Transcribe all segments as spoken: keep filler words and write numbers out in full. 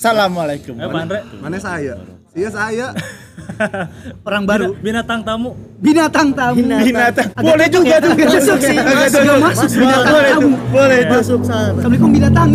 Assalamualaikum. Eh, Pak Andre. Mana saya? Iya saya. Orang baru. Binatang tamu. Binatang tamu. Binatang. Boleh juga tuh. Masuk sih. Masuk, masuk binatang Boleh tamu. tuh. Boleh tuh. Masuk sana. Assalamualaikum binatang.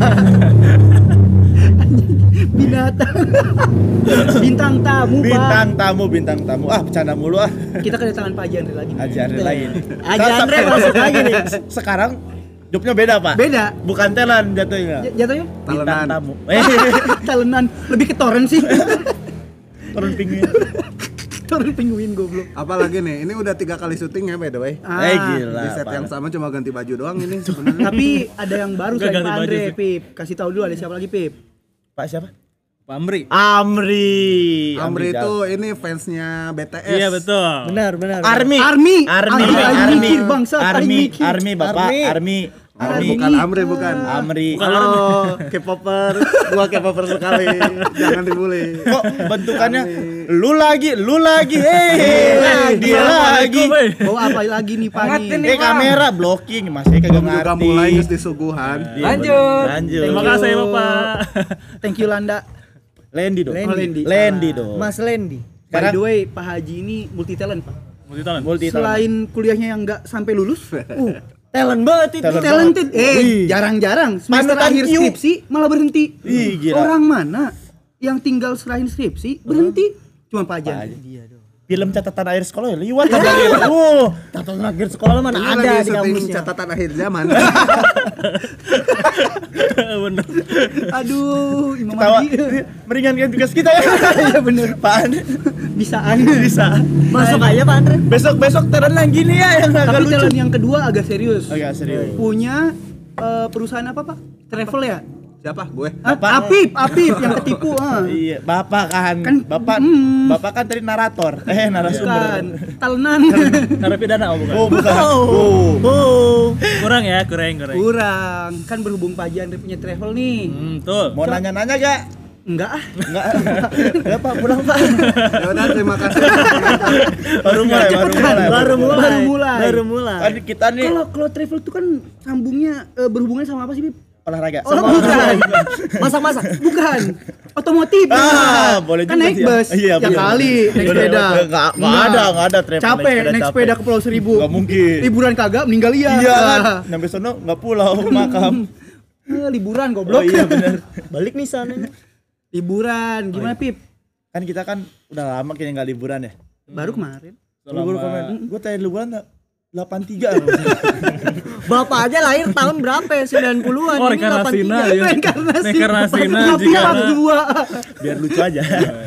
Binatang. Bintang tamu, Pak. Bintang tamu, bintang tamu. Ah, bercanda mulu ah. Kita kedatangan Pak Haji Andre lagi. Haji Andre lagi. Haji Andre masuk lagi nih. Sekarang jobnya beda, Pak. Beda. Bukan telan jatuhnya. J- Jatuhnya? Bintang Talenan. tamu. Eh, Talenan. Lebih ke toren sih. turun pinggir. Toren penguin goblok. Apalagi nih, ini udah tiga kali syuting ya by the way. Ah, Eh, gila. Di set yang parah. sama cuma ganti baju doang ini sebenarnya. Tapi ada yang baru Nggak selain ganti Pak baju Andre, sih. Pip. Kasih tahu dulu ada siapa lagi, Pip? Pak siapa? Pak Amri. Amri. Amri itu Jal- ini fansnya B T S. Iya betul. Benar, benar. Army. Army. Army. Army. Army. Mikir, bangsa. Army. Mikir. Army, Bapak. Army. Army. Oh, Army. bukan Amri bukan. Amri. Oh, K-popper. Gua K-popper sekali. Jangan dibully. Kok bentukannya lu lagi, lu lagi, hei, dia lagi. Oh, apa lagi nih Pak nih? Eh kamera blocking, masih kagak Belum juga ngerti. mulai geus disuguhan. Iya, Lanjut. bener. Lanjut. Terima kasih Bapak. Thank you Landa. Lendi dong. Oh, Lendi. Lendi dong. Mas Lendi. By Sekarang- the way, Pak Haji ini multi talent, Pak. Multi talent. Multi talent. Selain kuliahnya yang enggak sampai lulus, uh, Talent banget itu. Talent. talented. Eh, Wih. jarang-jarang semester Panutan akhir Q. skripsi malah berhenti. Ih, gila. Orang mana yang tinggal serahin skripsi berhenti? Cuma Pak Haji. Pak Haji. Dia dong. Film catatan akhir sekolah ya liwat aja. Uh, Catatan akhir sekolah mana Ini ada lagi di syuting kampusnya. catatan akhir zaman. Bener. Aduh, Imam tawa Haji. meringankan tugas kita ya. Iya bener. Pak Bisaan. bisa. Masuk aja Pak Andre. Besok-besok talent yang gini ya yang agak Tapi lucu. talent yang kedua agak serius. Agak serius. Punya eh, perusahaan apa, Pak? Travel ya? Siapa? Gue. Ah, Apip, Apip yang ketipu. Ah. Iya, Bapak kan, Kan- Bapak hmm. Bapak kan tadi narator. Eh, narasumber. Bukan. Talenan. Narapidana oh bukan. Oh, bukan. Oh. Oh. Kurang ya, kurang, kurang. Kurang. Kan berhubung Pak Haji Andre punya travel nih. Hmm, tuh. Mau nanya-nanya gak? Enggak ah. Enggak. Enggak, Pak, pulang, Pak. Ya udah terima kasih. Baru mulai, baru mulai. Baru mulai. Baru mulai. Baru mulai. Kan kita nih Kalau kalau travel itu kan sambungnya eh, berhubungan sama apa sih, Bib? olahraga. Oh, bukan. Masak-masak. Bukan. Otomotif. Ah, boleh Kan juga naik sih ya. bus. Iya, ya bener. kali naik Bener, sepeda. bener. Nggak, nggak ada, nggak ada travel Capek naik capek. sepeda ke Pulau Seribu. Nggak mungkin. Liburan kagak meninggal iya. Iya kan, nyampe sono nggak pulau makam. Eh, liburan Oh goblok. iya benar. Balik nih sana. Liburan. Gimana, Pip? Kan kita kan udah lama kayaknya nggak liburan ya. Baru kemarin. Baru komen, gue tanya liburan nggak? delapan tiga. Bapak aja lahir tahun berapa ya? sembilan puluhan. Oh, Ini delapan reinkarnasina tiga. ya. Reinkarnasi. Reinkarnasina Tapi jika part dua. Biar lucu aja.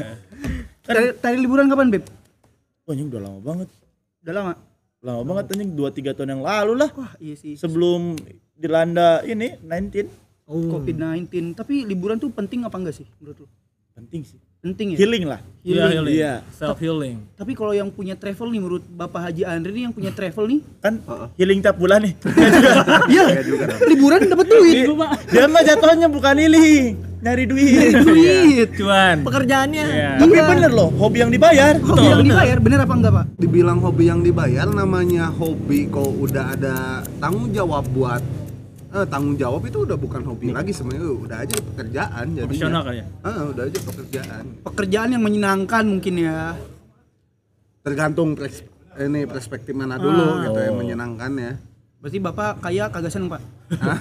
Tadi, tadi liburan kapan, Beb? Wah, ini udah lama banget. Udah lama. Lama banget anjing dua tiga tahun yang lalu lah. Wah, iya sih. Sebelum dilanda ini sembilan belas. covid sembilan belas. Tapi liburan tuh penting apa enggak sih menurut lu? Penting sih. Penting ya? Healing lah. Iya, healing. Iya. Self healing. Tapi kalau yang punya travel nih menurut Bapak Haji Andre nih yang punya travel nih, Kan healing tiap bulan nih. iya liburan dapat duit, Dia- Dia mah jatuhnya bukan healing, nyari duit. duit. Cuan. Pekerjaannya. Iya. Tapi Iya. bener loh, hobi yang dibayar. Hobi yang dibayar bener apa enggak, Pak? Dibilang hobi yang dibayar namanya hobi kok udah ada tanggung jawab buat eh, tanggung jawab itu udah bukan hobi lagi sebenarnya udah aja pekerjaan jadinya. Profesional kali ya. Ah, udah aja pekerjaan. Pekerjaan yang menyenangkan mungkin ya. Tergantung pers- ini perspektif mana dulu gitu yang menyenangkan ya. Berarti Bapak kaya kagak seneng, Pak?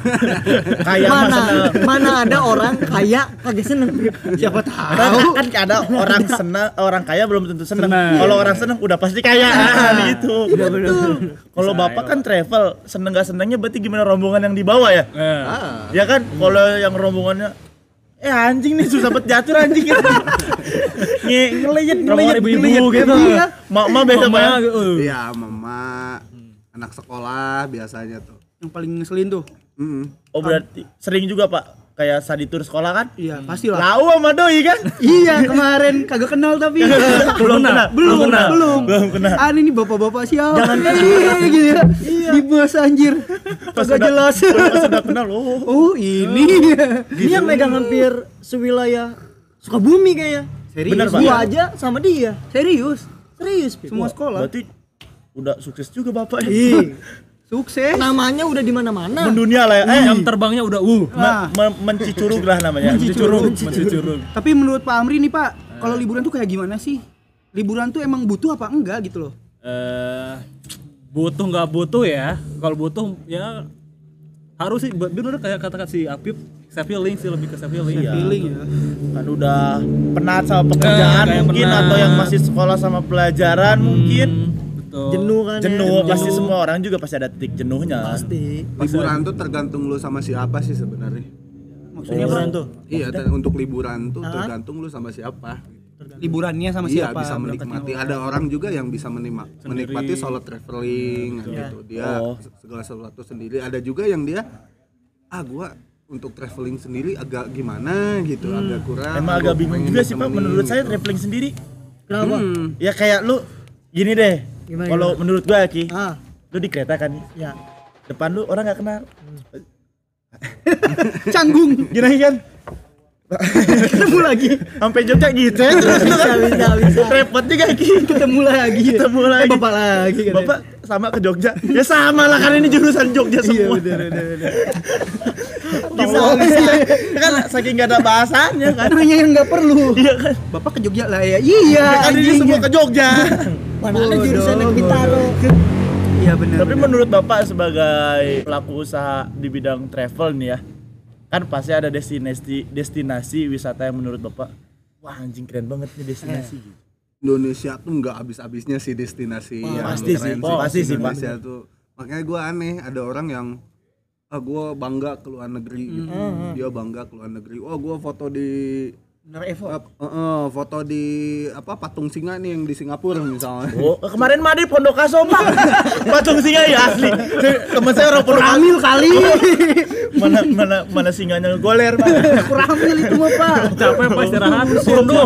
Kayak Mana masa mana ada orang kaya kagak seneng. Siapa kan, tahu. kan ada orang senang, orang kaya belum tentu senang. Senang. Kalau orang senang udah pasti kaya. Ah, gitu. Betul. Kalau Bisa, bapak ya, kan travel, seneng gak senangnya berarti gimana rombongan yang dibawa ya? Eh. Ah, Ya kan, kalau yang rombongannya eh anjing nih susah bet jatuh anjing gitu. Nge ngeleyet Rombongan ngeleyet ibu-ibu ngeleyet. gitu. Iya. Mak-mak biasa Mama, banget. uh. iya mama anak sekolah biasanya tuh. Yang paling ngeselin tuh. Mm. Oh berarti sering juga Pak kayak sadi tur sekolah kan? Iya, pastilah. Lau sama doi kan? Iya, kemarin kagak kenal tapi Belum kena, belum, belum kena. belum. Belum kena. Ah, ini bapak-bapak siapa? Jangan iya, gitu ya. Di bus anjir. Pas Kagak udah- jelas. Pas udah kenal oh. Oh, ini. Dia megang hampir sewilayah Sukabumi kayaknya. Serius, Bener, Pak. Gua aja sama dia. Serius. Serius, Pip. Semua sekolah. Berarti udah sukses juga bapak ya. Ih. Sukses. Namanya udah di mana-mana. Mendunia lah ya. Eh, Jam terbangnya udah uh. me- me- mencicurug lah namanya. Mencicurug, mencicurug. Tapi menurut Pak Amri nih Pak, kalau liburan tuh kayak gimana sih? Liburan tuh emang butuh apa enggak gitu loh? Eh butuh nggak butuh ya? Kalau butuh ya harus sih. Bener kayak kata si Apip, self healing sih, lebih ke self healing. Iya. Feeling ya. Kan udah penat sama pekerjaan Eh, kayak mungkin penat. atau yang masih sekolah sama pelajaran mungkin Betul. Jenuh kan jenuh. ya. Pasti semua orang juga pasti ada titik jenuhnya. Pasti. Liburan tuh tergantung lu sama siapa sih sebenarnya. Maksudnya Liburan Pak, tuh. Iya, ter- untuk liburan tuh tergantung lu sama siapa. liburannya sama Iya, siapa? bisa menikmati. Ada orang juga yang bisa menima- menikmati solo traveling gitu. Dia Oh. segala sesuatu sendiri. Ada juga yang dia ah gua untuk traveling sendiri agak gimana gitu, agak kurang. Emang Gua agak bingung pengen juga sih Pak ditemenin menurut saya gitu. traveling sendiri. Kenapa? Hmm. Ya kayak lu gini deh. Gimana, Kalau gimana? menurut gua Ki, Ah, lu di kereta kan, ya. depan lu orang nggak kenal. Canggung. Gini kan, Ketemu lagi. sampai Jogja gitu ya terus tuh kan. Bisa, bisa, bisa. Repot juga Ki. Ketemu lagi. ya? Ketemu lagi. Eh, Bapak lagi kan. Bapak sama ke Jogja. Ya sama lah kan ini jurusan Jogja Iya semua. benar benar benar. Bisa, bisa. Kan saking nggak ada bahasanya kan. Nanya yang nggak perlu. Iya kan. Bapak ke Jogja lah ya. Iya. Kan ini anjing. semua ke Jogja. Mana ada Bodoh, jurusan yang bodoh. Bintaro. Iya benar. Tapi benar. menurut Bapak sebagai pelaku usaha di bidang travel nih ya, kan pasti ada destinasi destinasi wisata yang menurut Bapak, wah anjing keren banget nih destinasi gitu. Indonesia tuh nggak habis-habisnya sih destinasi Wah, yang pasti sih, keren Pak. Pasti sih, Pak. Indonesia tuh. Makanya gue aneh ada orang yang ah gue bangga ke luar negeri gitu. Dia bangga ke luar negeri. Oh gue foto di Benar Evo. eh, eh, eh, foto di apa patung singa nih yang di Singapura misalnya. Oh, kemarin mah di Pondok Kaso Pak. Patung singa ya asli. Temen saya orang Pondok Kaso. Ramil kali. Mana mana mana singanya ngegoler Pak. Ramil itu mah Pak. Capek pas istirahat suruh.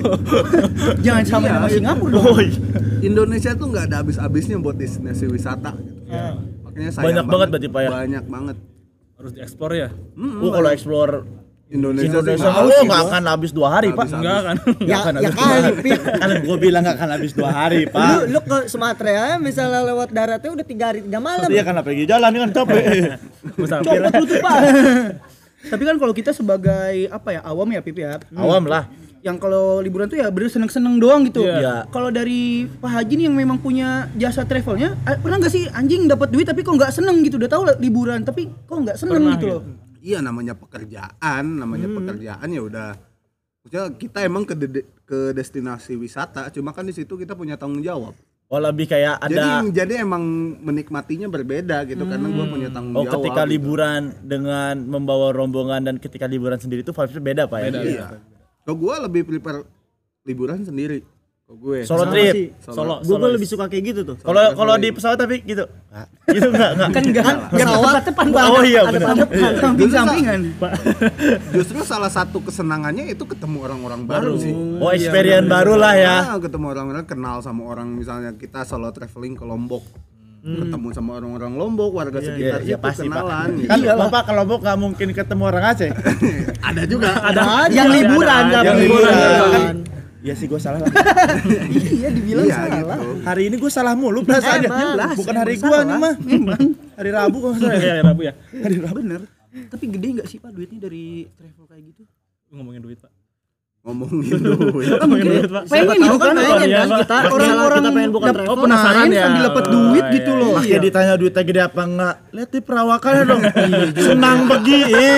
Jangan sama sama Singapura dong. Oh, iya. Indonesia tuh nggak ada habis-habisnya buat destinasi wisata gitu. Makanya sayang Banyak banget berarti, Pak, ya? Banyak banget. Harus dieksplor ya. Oh, kalau explore Indonesia, Indonesia sih oh nggak nggak akan habis dua hari Pak. Habis. Enggak kan. Nggak Ya, akan ya habis dua kali, hari. Pip. Kan gue bilang nggak akan habis dua hari Lu, Pak. lu ke Sumatera ya, misalnya lewat daratnya udah tiga hari tiga malam. Iya kan pergi jalan kan capek. Musafir. Copot lu tuh Pak. Tapi kan kalau kita sebagai apa ya awam ya Pip ya. Awam lah. Yang kalau liburan tuh ya bener seneng-seneng doang gitu. Iya. Kalau dari Pak Haji nih yang memang punya jasa travelnya, eh, pernah nggak sih anjing dapat duit tapi kok nggak seneng gitu? Udah tahu lah liburan tapi kok nggak seneng Pernah gitu gitu. loh. Iya namanya pekerjaan, namanya pekerjaan ya udah. Maksudnya kita emang ke de- ke destinasi wisata, cuma kan di situ kita punya tanggung jawab. Oh lebih kayak Jadi ada jadi emang menikmatinya berbeda gitu karena gua punya tanggung oh jawab. ketika gitu. liburan dengan membawa rombongan dan ketika liburan sendiri itu vibes-nya beda Pak ya. Iya. Kalau gua lebih prefer liburan sendiri. Kalau gue Solo Sama trip. sih. Solo. Gue solo lebih suka kayak gitu tuh. Kalau kalau di pesawat tapi gitu. Ah, gitu enggak enggak. Kan enggak. Pesawat depan Oh iya ada benar. depan. Samping-sampingan. Justru salah satu kesenangannya itu ketemu orang-orang baru, sih. Oh experience baru lah ya. Ah, ketemu orang-orang, kenal sama orang, misalnya kita solo traveling ke Lombok. Ketemu sama orang-orang Lombok, warga sekitar Iya, iya, situ pasti, Pak. kenalan. gitu. Kan Bapak kalau Lombok nggak mungkin ketemu orang Aceh. Ada juga. Ada Yang liburan ada, tapi Yang liburan. liburan. Iya sih gue salah lah. Iya dibilang Iya salah. gitu. Hari ini gue salah mulu perasaannya. Emang. Bukan hari Emang gue salah. nih mah. Memang. Hari Rabu kalau nggak salah. Ya, ya, Rabu ya. Hari Rabu. Bener. Tapi gede nggak sih Pak duitnya dari travel kayak gitu? Ngomongin duit, Pak. Ngomongin duit. Ngomongin duit, Pak. Pengen Siapa gitu tahu kan kan pengen Iya, kan Pak. kita orang-orang kita pengen bukan dap- travel. Oh, penasaran ya. sambil dapat duit Oh, gitu iya, loh. iya. Makanya ditanya duitnya gede apa enggak. Lihat di perawakannya dong. Senang begi.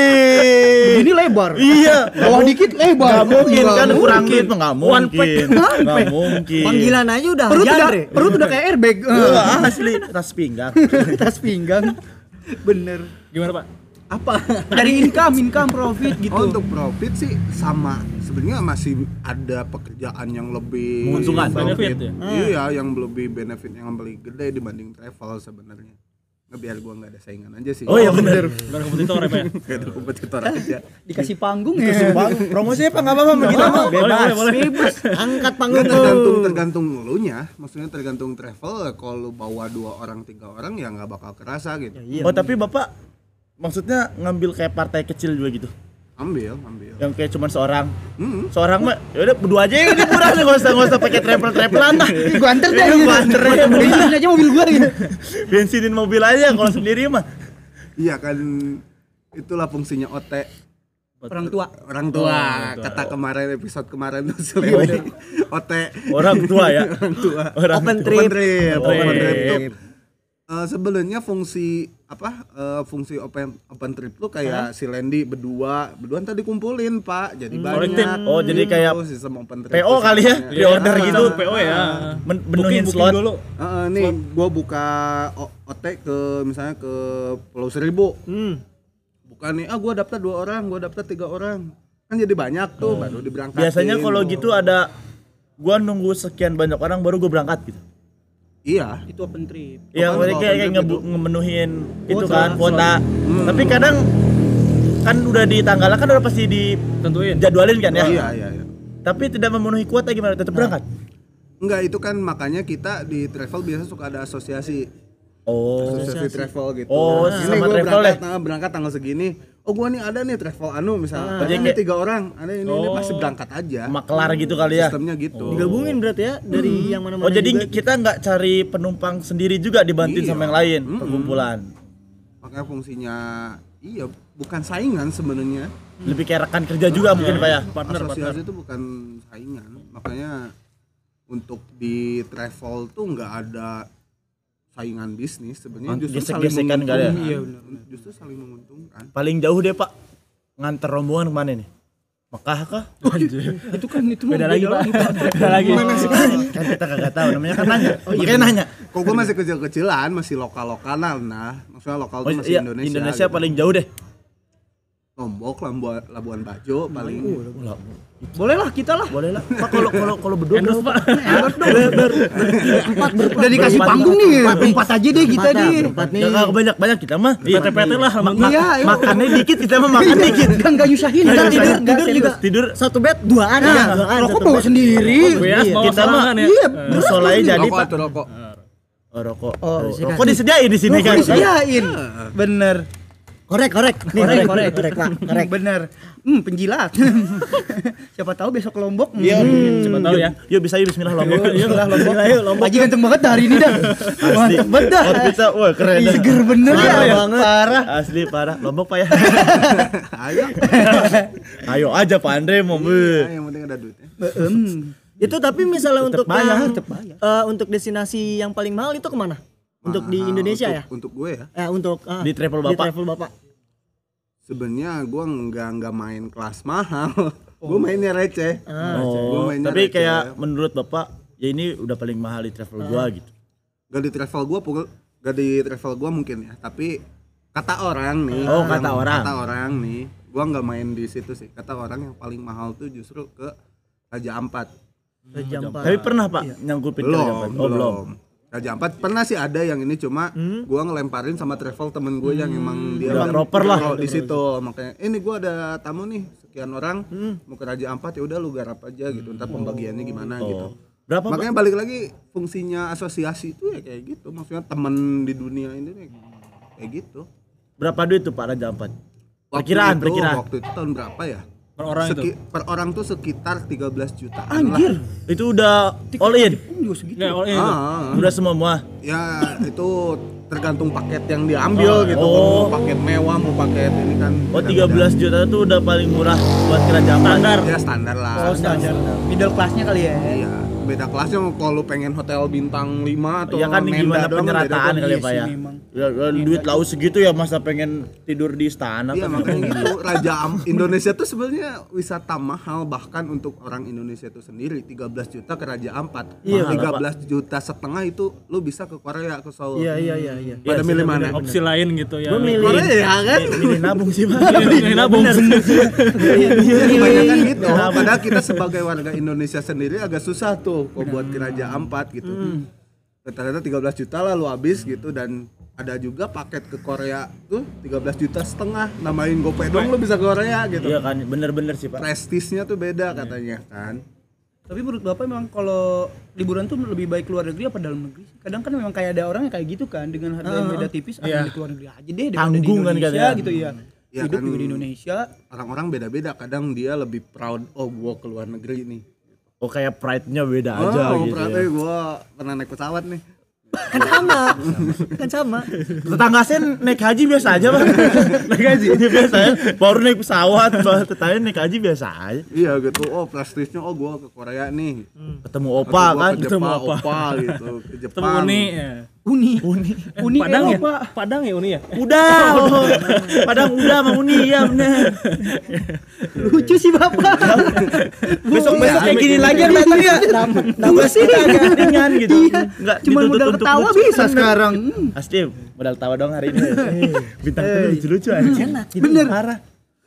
Eh. Ini lebar. Iya. Bawah dikit lebar. Gak mungkin Nggak kan kurang mungkin. duit mah nggak mungkin. Nggak mungkin. Panggilan aja udah Perut udah, jangre. perut udah kayak airbag. Wah, asli tas pinggang. Tas pinggang. Bener. Gimana, Pak? Apa? Dari income, income profit gitu. Oh, untuk profit sih sama. Sebenarnya masih ada pekerjaan yang lebih Menguntungkan. Benefit ya? Iya, yang lebih benefit yang lebih gede dibanding travel sebenarnya. Nggak, biar gua nggak ada saingan aja sih. Oh iya bener. Bukan kompetitor ya, Pak ya? Gak ada kompetitor aja. Dikasih panggung ya. Bang, promosinya apa nggak apa-apa sama kita mah Boleh, bebas. boleh, boleh. Bebas. Angkat panggung Nggak, lu. tergantung tergantung lu nya, maksudnya tergantung travel. Kalau lu bawa dua orang tiga orang ya nggak bakal kerasa gitu. Oh tapi bapak maksudnya ngambil kayak partai kecil juga gitu? Ambil, ambil. Yang kayak cuma seorang. Hmm. Seorang mah ya udah berdua aja yang liburan enggak usah enggak usah pakai travel-travelan lah. Gua anter deh. Iya, gua anter aja. Bensinin aja mobil gua gitu. Bensinin mobil aja kalau sendiri mah. Iya kan itulah fungsinya O T. Orang tua. Orang tua. Kata kemarin episode kemarin tuh Selewi. O T. Orang tua ya. Orang tua. Orang Open tua. trip. Open trip. Open Open trip trip. tuh eh, sebenarnya fungsi apa eh, fungsi open open trip tuh kayak si Lendi berdua berdua tadi kumpulin Pak jadi banyak. kolektif. Oh, jadi kayak sistem open trip P O kali ya, Iya. pre-order Iya, gitu. P O ya. Men- Menuhin Booking- slot. booking dulu. Heeh, nih gua buka O- OT ke misalnya ke Pulau Seribu. Hmm. Bukan nih ah gua daftar dua orang, gua daftar tiga orang. Kan jadi banyak tuh baru diberangkatin. Biasanya kalau gitu ada gua nunggu sekian banyak orang baru gua berangkat gitu. Iya. Itu open trip. Yang Open- mereka open kayak trip ngebu- gitu. ngemenuhin itu Kuota, kan kuota. Hmm. Tapi kadang kan udah di tanggalnya kan udah pasti Tentuin. dijadwalin kan ya. Iya, iya, iya. Tapi tidak memenuhi kuota gimana tetap berangkat? Enggak, itu kan makanya kita di travel biasa suka ada asosiasi. Oh. Asosiasi travel gitu. Oh, Ini sama gua travel berangkat, nah, berangkat tanggal segini. Oh, gua nih ada nih travel anu misalnya. Jadi Ada nih kayak- tiga orang. Ada ini, ini pasti berangkat aja. Maklar gitu kali ya. Sistemnya gitu. Digabungin berarti ya dari yang mana-mana. Oh jadi juga. kita nggak cari penumpang sendiri juga dibantuin Iya. sama yang lain Mm-mm. perkumpulan. Makanya fungsinya iya bukan saingan sebenarnya. Lebih kayak rekan kerja juga mungkin Pak ya. Partner, Asosiasi partner. itu bukan saingan. Makanya untuk di travel tuh nggak ada saingan bisnis sebenarnya, justru saling Gesek-gesekan nggak ada. menguntungkan. Iya, benar. Justru saling menguntungkan. Paling jauh deh Pak nganter rombongan kemana nih? Mekah kah? Itu kan itu Beda lagi, Pak. Beda lagi. Kan kita kagak tahu namanya kan nanya. Makanya nanya. Kok gue masih kecil-kecilan, masih lokal-lokalan nah. Maksudnya lokal Oh, tuh masih iya, Indonesia. Indonesia gitu. paling jauh deh. Lombok, Labuan, Labuan Bajo paling. boleh lah kita lah. Boleh lah. Pak kalau kalau kalau berdua Endorse, berapa? Pak. empat berempat. Udah dikasih Berempat. panggung nih. Empat aja deh kita Berempat dah, deh. berempat nih. Enggak banyak banyak kita mah. P T P T lah. Ma- Iya, ma- iya. makannya dikit kita mah makan dikit. Kan enggak nyusahin. Kita Nggak tidur nyusahin, nggak tidur juga serius. Tidur satu bed duaan ya, duaan. Rokok satu bawa bed. sendiri. Gue ya, Iya, bawa kita mah- serangan ya. Iya, musolanya jadi Rokok Pak. tuh rokok. Oh, rokok. Oh, Oh, disediain. rokok disediain di sini Rokok kan. disediain. Bener. Korek, korek. Nih, Korek, korek, korek, korek, Pak. Korek. Bener. Hmm, penjilat. Siapa tahu besok ke Lombok. Iya. Hmm. Coba tahu ya. Yuk bisa yuk bismillah Lombok. Iya lah Lombok. Ayo Lombok. Aji ganteng banget dah hari ini dah. Mantep banget dah. Outfitnya wah keren dah. Seger bener ya. Parah banget. Parah. Asli parah. Lombok Pak ya. Ayo. Ayo aja Pak Andre mau. Nah, yang penting ada duitnya. Em. Itu tapi misalnya Tetep untuk bayar, yang, tetep bayar. eh, untuk destinasi yang paling mahal itu kemana? Untuk di Mahal Indonesia untuk- ya? Untuk gue ya. Eh untuk ah, Di travel Di Bapak. travel Bapak. Sebenarnya gue nggak nggak main kelas mahal. Gue mainnya receh. Ah, Gua Oh, mainnya tapi receh. kayak menurut Bapak ya ini udah paling mahal di travel gua gitu. Gak di travel gue pukul gak di travel gue mungkin ya. Tapi kata orang nih. Oh, kata yang- orang. Kata orang nih. Gue nggak main di situ sih. Kata orang yang paling mahal tuh justru ke Raja Ampat. Raja Ampat. Tapi pernah Pak nyangkupin ke Raja Belum, Ampat? Oh, belum. Raja Ampat pernah sih ada yang ini cuma gua ngelemparin sama travel temen gue yang emang dia Udah emang proper lah. pro di situ makanya ini gua ada tamu nih sekian orang mau ke Raja Ampat ya udah lu garap aja gitu ntar pembagiannya gimana gitu. Berapa Pak? Makanya balik lagi fungsinya asosiasi itu ya kayak gitu maksudnya temen di dunia ini nih kayak gitu. Berapa duit tuh Pak Raja Ampat? Waktu Perkiraan, itu- perkiraan. Waktu itu tahun berapa ya? Per orang itu. Seki- per orang tuh sekitar tiga belas jutaan Anjir. lah. Itu udah all in. Juga segitu. Ya, all in Ah, itu. ah. Udah semua semua. Ya itu tergantung paket yang diambil gitu. Oh. Mau paket mewah, mau paket ini kan. Oh beda-beda. tiga belas juta itu udah paling murah buat ke Raja Ampat. Standar. Ya standar lah. Oh, standar. Middle class-nya kali ya. Iya, beda kelasnya kalau lu pengen hotel bintang lima atau Ya kan Menda gimana doang, penyerataan beda kali tuh. ya Pak ya. sih, memang. Ya, ya, duit lau segitu ya masa pengen tidur di istana Iya Pak. makanya gitu. Raja Am- Indonesia tuh sebenarnya wisata mahal bahkan untuk orang Indonesia itu sendiri tiga belas juta ke Raja Ampat. Iya, tiga belas juta setengah itu lu bisa ke Korea ke Seoul. Iya iya iya iya. Pada Iya, milih bener, mana? Opsi lain gitu ya. Gua milih Korea kan? Ini nabung sih Pak. Ini nabung. Kebanyakan gitu. Padahal kita sebagai warga Indonesia sendiri agak susah tuh kok buat ke Raja Ampat gitu. Ternyata tiga belas juta lah lu habis gitu dan ada juga paket ke Korea tuh tiga belas juta setengah namain GoPay dong lu bisa ke Korea gitu. Iya kan bener-bener sih Pak. Prestisnya tuh beda katanya kan. Tapi menurut Bapak memang kalau liburan tuh lebih baik luar negeri apa dalam negeri? sih? Kadang kan memang kayak ada orang yang kayak gitu kan dengan harga yang beda tipis, ah, Iya. di luar negeri aja deh daripada di Tanggung kan Indonesia katanya. gitu ya. Ya hidup kan, juga di Indonesia. orang-orang beda-beda, kadang dia lebih proud, oh gua ke luar negeri nih. Oh kayak pride-nya beda Oh, aja gitu berarti ya. gua pernah naik pesawat nih. Kan sama. Kan sama. Tetangga saya naik haji biasa aja, Bang. Naik haji biasa aja. Baru naik pesawat, baru tetangga naik haji biasa aja. Iya gitu, oh prestisnya, oh gua ke Korea nih. Ketemu Atau opa gua kan, ke ketemu Jepang, opa. opa gitu, ke Ketemu Jepang. Uni ya. Uni. Uni. Uni Padang ya? Eropa. Padang ya Uni ya? Udah, oh. Padang udah sama Uni ya bener. Lucu sih Bapak. Besok-besok Iya. kayak gini lagi yang datang ya. Nambah sih agak ringan gitu. Enggak Cuma dituntut modal untuk ketawa lucu. bisa sekarang. Hmm. Pasti modal tawa dong hari ini. Bintang tamu lucu-lucu aja. Bener. Parah.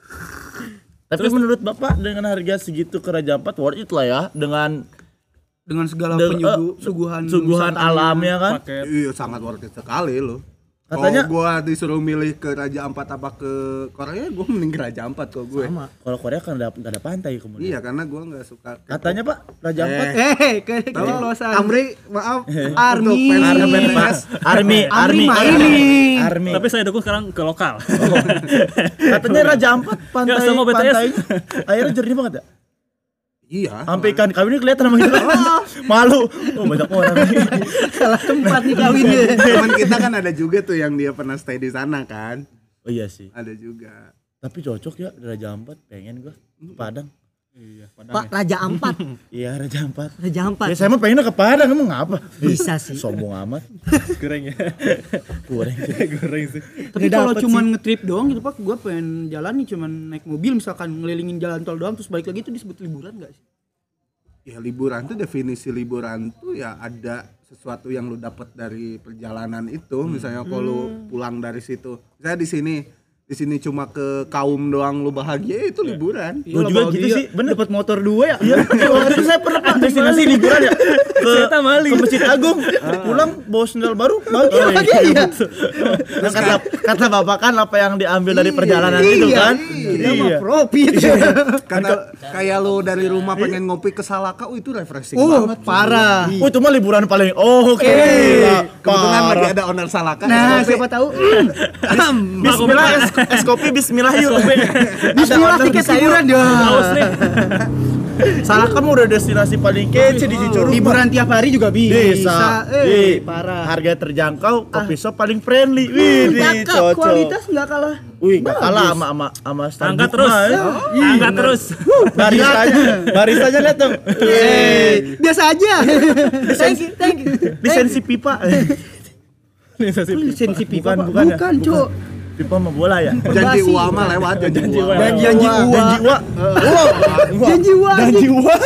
Tapi menurut Bapak dengan harga segitu ke Raja Ampat worth it lah ya dengan Dengan segala de- penyugu, eh, suguhan suguhan wisatanya. alamnya kan. Paket. Iya sangat worth it sekali loh. Katanya- Kalau gua disuruh milih ke Raja Ampat apa ke Korea, gua mending ke Raja Ampat kok gue. Sama. Kalau Korea kan enggak ada pantai kemudian. Iya karena gua nggak suka. Katanya Pak Raja Ampat Eh, ke Tahu, keceplosan. Amri, maaf. Army. Untuk fans Army, B T S. Pak. Army, Army Army, mainin. Army. Tapi saya dukung sekarang ke lokal. Katanya Raja Ampat pantai Nggak, sama B T S. pantai airnya jernih banget ya. Iya. Sampai ikan kawinnya kelihatan sama kita. Malu. Oh banyak orang. Salah tempat nih kawinnya. Teman kita kan ada juga tuh yang dia pernah stay di sana kan. Oh iya sih. Ada juga. Tapi cocok ya Raja Ampat, pengen gua ke Padang. Iya, Padang. Pak Raja Ampat. Iya Raja Ampat. Raja Ampat. Ya saya mah pengennya ke Padang emang ngapa? Bisa sih. Sombong amat. Goreng ya. Goreng. Goreng sih. Tapi Nggak kalau dapet cuman nge-trip doang gitu Pak, gua pengen jalan nih cuman naik mobil misalkan ngelilingin jalan tol doang terus balik lagi itu disebut liburan enggak sih? Ya liburan tuh definisi liburan tuh ya ada sesuatu yang lu dapat dari perjalanan itu. Misalnya kalau lu pulang dari situ, saya di sini di sini cuma ke kaum doang lu bahagia, itu liburan. Gua juga gitu sih, bener. Dapat motor dua ya? Iya, waktu itu saya pernah Pak destinasi liburan ya ke, ke Masjid Agung. Pulang bawa sendal baru, bahagia lagi. Iya. Nah, kata kata Bapak kan apa yang diambil dari perjalanan itu kan? Kita mah profit. Karena kayak lu dari rumah pengen ngopi ke Salaka, oh itu refreshing Oh, banget. parah. Oh, itu mah liburan paling oh, oke. Kebetulan Parah. lagi ada owner Salaka. Nah, es kopi. siapa tahu. Bismillah es, es kopi bismillah yuk. Bismillah tiket liburan Haus nih. Salah kamu udah destinasi paling kece di Cicurug. Liburan tiap hari juga bisa. Bisa. Eh, Ih, parah. Harga terjangkau, kopi shop paling friendly. Wih, Nggak, di Kak, cocok. kualitas enggak kalah. Wih, enggak kalah sama sama sama Starbucks Angkat terus. mah, ya. Angkat terus. Barisanya, barisanya lihat dong. Eh, biasa aja. Thank you, thank you. Lisensi pipa. Lisensi pipa, Bukan, Pak. bukan ya? Bukan, Cok. Pipa mah bola ya. Janji Basi. uang mah lewat janji Janji uang. uang. Janji Janji uang. uang. Janji uang. Janji uang. Janji uang.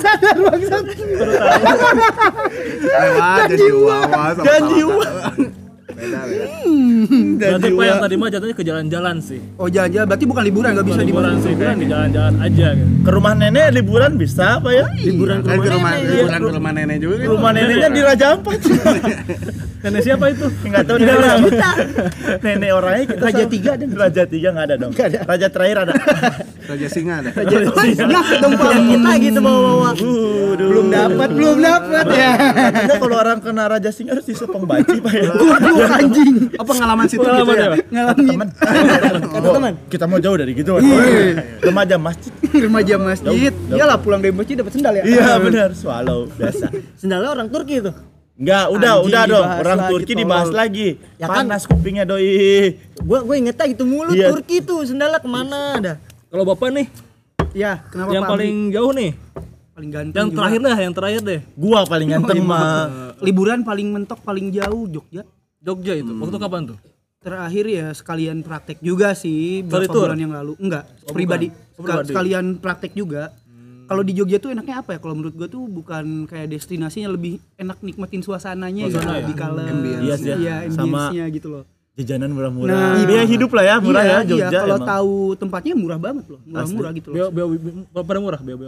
Lewat janji uang. sama Janji Salaka. uang. Beda beda. Berarti Pak yang tadi mah jatuhnya ke jalan-jalan sih. Oh, jalan-jalan berarti bukan liburan, enggak bisa Liburan dibilang sih, kayak ke jalan-jalan aja gitu. Ke rumah nenek liburan bisa apa ya? liburan ke Kan ke rumah rumah nenek. liburan ke rumah nenek juga. kan? Rumah neneknya di Raja Ampat. Nenek siapa itu? Enggak tahu nenek siapa. Nenek orangnya kita Raja sama- tiga ada nggak? Raja tiga enggak ada dong. Raja terakhir ada. Raja Singa ada. Nah, dong Pak. Kita gitu bawa-bawa. Belum dapat, belum dapat ya. Katanya kalau orang kena Raja Singa harus disepong baci Pak ya. Goblok anjing. Oh pengalaman situ gitu Pengalaman ya. ya, Pak? Kata teman. Kata teman. Kita mau jauh dari gitu. Remaja masjid. Remaja masjid. Iyalah pulang dari masjid dapat sendal ya. Iya benar, swallow biasa. Sendalnya orang Turki itu. Enggak, udah, Anjing, udah dong. dibahas Orang lagi, Turki tolol. dibahas lagi. Ya kan? Panas kupingnya doi. Gua gue ingetnya itu mulu Iya. Turki tuh sendalnya kemana dah. Kalau Bapak nih, Ya, kenapa yang Pak paling jauh nih, Amri? paling ganteng yang juga. terakhir dah, yang terakhir deh. Gua paling ganteng mah. Liburan paling mentok paling jauh Jogja. Jogja itu. Waktu kapan tuh? Terakhir ya sekalian praktek juga sih Study beberapa tour? bulan yang lalu. Enggak, Oh, pribadi. bukan. Oh, Sekal- pribadi. Sekalian praktek juga. Kalau di Jogja tuh enaknya apa ya? Kalau menurut gua tuh bukan kayak destinasinya, lebih enak nikmatin suasananya gitu, Suasana ya? lebih kalem. Ambience. Iya sih. Iya, Sama ambience-nya gitu loh. jajanan murah-murah. Nah, Biaya hidup lah ya, murah iya, ya Jogja Iya, kalau emang. tahu tempatnya murah banget loh. Murah-murah gitu loh. Beo, beo, pada murah beo-beonya.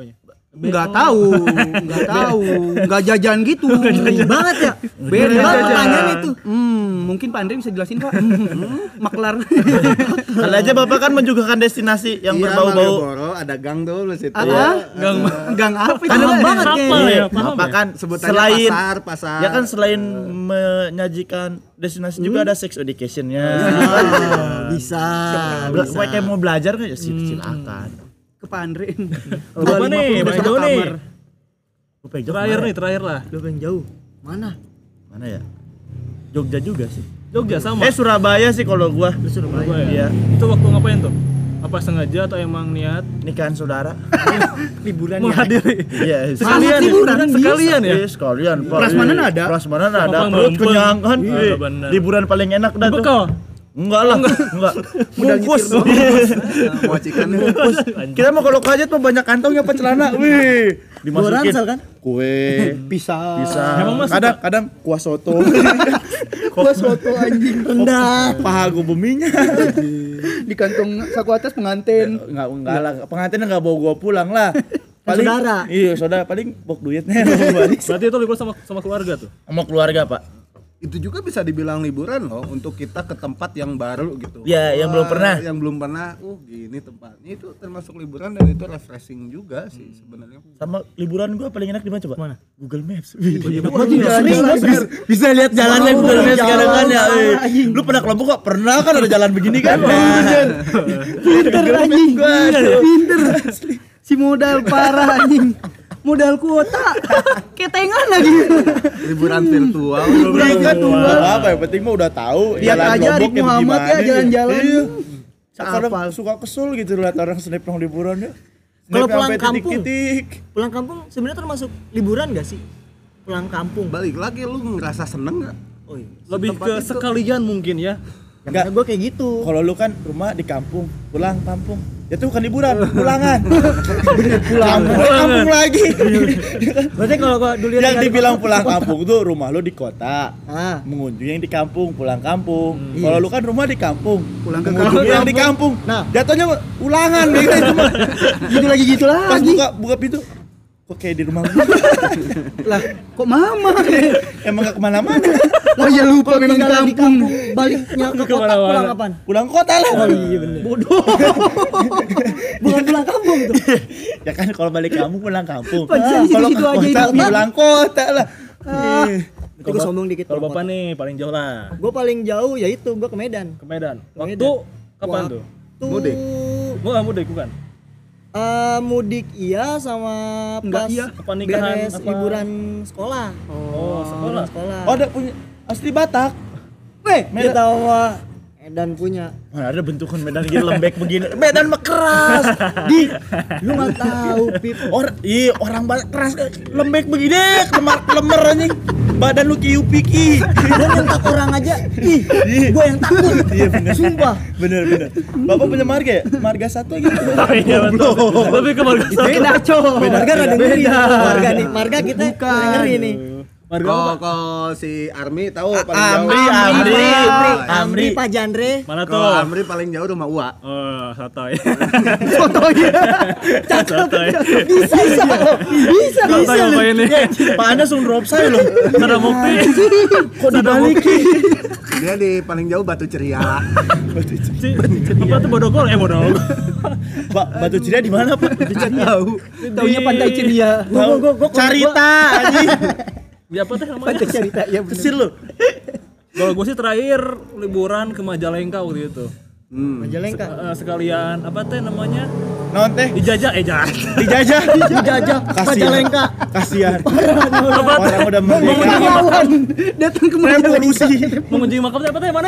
Enggak tahu, enggak tahu, enggak jajan gitu. banget ya. Beda Jajan. pertanyaan itu. Hmm, mungkin Pak Andre bisa jelasin, Pak. Hmm, maklar. Kali aja Bapak kan menjugakan destinasi yang Iya, berbau-bau. Malioboro ada gang tuh di situ. Apa? Gang Gang apa itu? Kan Paham banget banget Apa kayaknya. ya? Paham Bapak ya? kan Sebutannya selain pasar, pasar. ya kan selain menyajikan destinasi juga ada sex education-nya. Ah, bisa. Bela- bisa. Kayak mau belajar kan ya sil- silakan. Ke Pak Andre. Apa nih? Paling jauh nih. Gue pengen jauh Terakhir kemana nih, terakhir lah. Lu pengen jauh. Mana? ya? Mana ya? Jogja juga sih. Jogja sama. Eh Surabaya sih kalau gua. Lu Surabaya. Apa Iya. ya? Itu waktu ngapain tuh? Apa sengaja atau emang niat Nikahan saudara. Liburan ya. menghadiri? Iya. Sekalian liburan ya? bisa. Sekalian ya? Iya, sekalian. Pak. Prasmanan Iya. ada. Prasmanan ada. Gampang Perut mempeng. kenyang kan. Iya, Iya. bener. Liburan paling enak dah tuh. Bekal. Enggak lah, enggak. Modal Bungkus. nyetir doang. Nah, mau chicken Bungkus. Kita mau kalau kajet mah banyak kantongnya apa celana. Wih. Dimasukin ransel kan? kue, Bisa. pisang. Emang masuk, kadang kadang kuah soto. Kuah soto anjing. Rendah. Paha gue beminya. Di kantong saku atas pengantin. Enggak enggak lah. Pengantinnya enggak bawa gua pulang lah. Paling saudara. Iya, saudara paling bok duitnya bawa balik. Berarti itu libur sama sama keluarga tuh. Sama keluarga, Pak. itu juga bisa dibilang liburan loh untuk kita ke tempat yang baru gitu. Ya, yang belum pernah. Yang belum pernah. Uh, gini tempatnya itu termasuk liburan dan itu refreshing juga sih sebenarnya. Sama liburan gua paling enak di mana coba? Mana? Google Maps. Bisa, bisa lihat jalannya Google Google Maps sekarang kan ya. jalan, eh. anjing. Lu pernah ke Lombok kok? Pernah kan ada jalan begini kan? Pinter anjing. Pinter. Si modal parah anjing. Modal kuota. Ketengan lagi. Liburan virtual. Liburan kan apa yang penting mah udah tahu Lihat jalan aja Lombok Arif yang Muhammad gimana ya nih. jalan-jalan. Iya. Kadang Hafal. suka kesel gitu lihat orang snap nong liburan ya. Kalau Snap pulang sampai kampung? titik-titik. Pulang kampung sebenarnya termasuk liburan gak sih? Pulang kampung. Balik lagi lu ngerasa seneng nggak? Oh iya. Lebih Tempat ke itu. sekalian mungkin ya. Enggak. Gue kayak gitu. Kalau lu kan rumah di kampung, pulang kampung. Ya itu bukan liburan, pulangan. pulang kampung lagi. Berarti kalau gua dulu Yang tinggal di dibilang kota- pulang kampung tuh rumah lu di kota. Ah. Mengunjungi yang di kampung, pulang kampung. Hmm. Kalau lu kan rumah di kampung, Pulang ke mengunjungi kampung. yang di kampung. Nah. Jatuhnya ulangan gitu itu mah. Gitu lagi gitu Pas lagi. buka buka pintu, kok kayak di rumah gua. Lah, kok mama? Emang gak kemana-mana. Oh ya lupa memang di Tinggal di kampung. kampung, baliknya ke kota Kemana-mana. pulang kapan? Pulang kota lah. Oh iya bener. Bodoh. Bukan pulang kampung tuh. Ya kan kalau balik kampung pulang kampung. Pantesan Kalau ke situ-situ aja kota hidupnya. pulang kota lah. Ah. Ih. Nanti gue sombong dikit. Kalau bapak nih paling jauh lah Gue paling jauh ya itu gue ke Medan. ke Medan. Waktu Medan. kapan tuh? Tuh. Mudik. Gua nggak mudik bukan. Eh, mudik iya sama Enggak pas iya. Apa nikahan, beres apa? liburan sekolah. Oh, sekolah. Sekolah. Oh, ada punya asli Batak. Weh, Medan. kita mah Medan punya. Mana ada bentukan Medan gini lembek begini. Medan mah keras. Di, lu nggak tahu, Pip. Or, iya orang Batak keras lembek begini, lemar lemer anjing. Badan lu kiu piki. Dan nyentak orang aja, ih, gue yang takut. Iya bener. Sumpah. Bener bener. Bapak punya marga ya? Marga satu gitu. Oh iya betul. Lebih ke marga satu. Beda, Cok. Marga rada ngeri. Beda. Marga nih, marga kita Bukan. ngeri nih. Marga Kalau apa? kalau si Army tahu paling Amri, jauh. Amri, Amri, Amri. Amri, Pak Jandre. Mana tuh? Kalau Amri paling jauh rumah Ua. Oh, sotoy. Foto ya. Sotoy. Bisa, bisa. Bisa, Sotoy bisa. apa ini? Pak Anda langsung drop saya loh. Ada bukti. Kok dibalikin? Dia di paling jauh Batu Ceria. Si, apa tuh bodogol? Eh bodogol. Pak, Batu Ceria di mana, Pak? Tahu. Taunya Pantai Ceria. Gua, gua, gua, gua, Carita anjing. Ya apa teh namanya? Pantai Cerita ya bener. Kesir lu. Kalau gue sih terakhir liburan ke Majalengka waktu itu. Hmm. Majalengka. Eh, sekalian apa teh namanya? Non teh Dijajah eh jangan. dijajah. Dijajah Majalengka. Kasihan. Apa teh? Orang udah merdeka. Lawan datang ke Revolusi. Mengunjungi makam teh apa teh mana?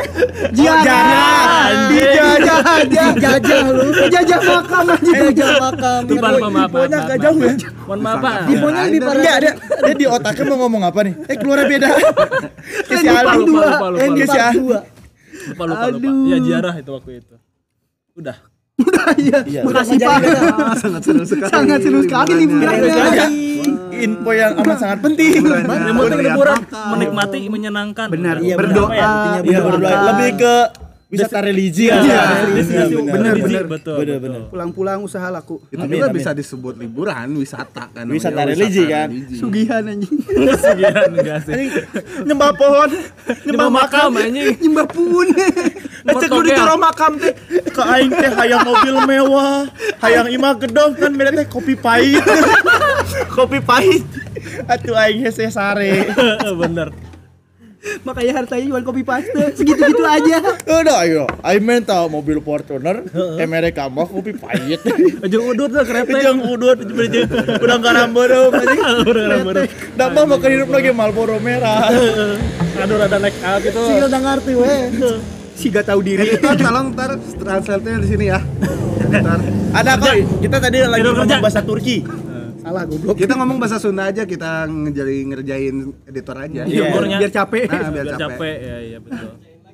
Jangan. Dijajah aja. Dijajah lu. Jajah makam aja. Dijajah makam. Itu maaf maaf maaf. Infonya maaf, agak maaf. jauh ya. Mohon maaf Pak. Infonya lebih parah. Enggak, dia, dia di otaknya mau ngomong apa nih? Eh keluarnya beda. Kisi Lupa, Aldi. lupa, lupa, lupa, Yang di Kisi part Aldi. dua. Lupa lupa lupa. Ya ziarah itu waktu itu. Udah. Udah iya. Iya. Makasih Pak. Sangat seru sekali. Sangat seru sekali liburannya. liburannya. Info yang amat sangat penting. Liburan. Yang penting Lihat liburan makam. menikmati, menyenangkan. Benar. Iya, Berdoa. benar. Apa ya? Intinya Iya berdoa lebih ke wisata religi Iya, ya. destinasi benar, religi, benar. betul. Benar, betul. benar. Pulang-pulang usaha laku. Itu Amin, juga amin. bisa disebut liburan, wisata kan. Wisata namanya, religi, kan? religi. Sugihan anjing. Sekian enggak sih. Anjing, nyembah pohon, Nyembah makam anjing. Nyembah pun. Cek lu di jero makam teh. Ke aing teh hayang mobil mewah, hayang imah gedong kan beda teh kopi pahit. Kopi pahit. Atuh aing hese sare. Bener. Makanya hartanya cuma kopi paste, segitu-gitu aja. Udah ayo, aing minta mobil Fortuner, Amerika mah kopi pahit. Jeung udut tuh kretek. Jeung udut jeung udah garam beureum anjing. Udah bener. Da mah mah hidup lagi Marlboro merah. Aduh rada naik up itu. Sih udah ngerti weh. Si gak tahu diri. Editor tolong ntar translate-nya di sini ya. Editor. Ada kok, kita tadi lagi Tidur ngomong kerja. bahasa Turki. Salah goblok. Kita ngomong bahasa Sunda aja, kita ngejari ngerjain editor aja. Iya. Umurnya. Biar capek. Nah, biar Biar capek. capek. Ya iya betul.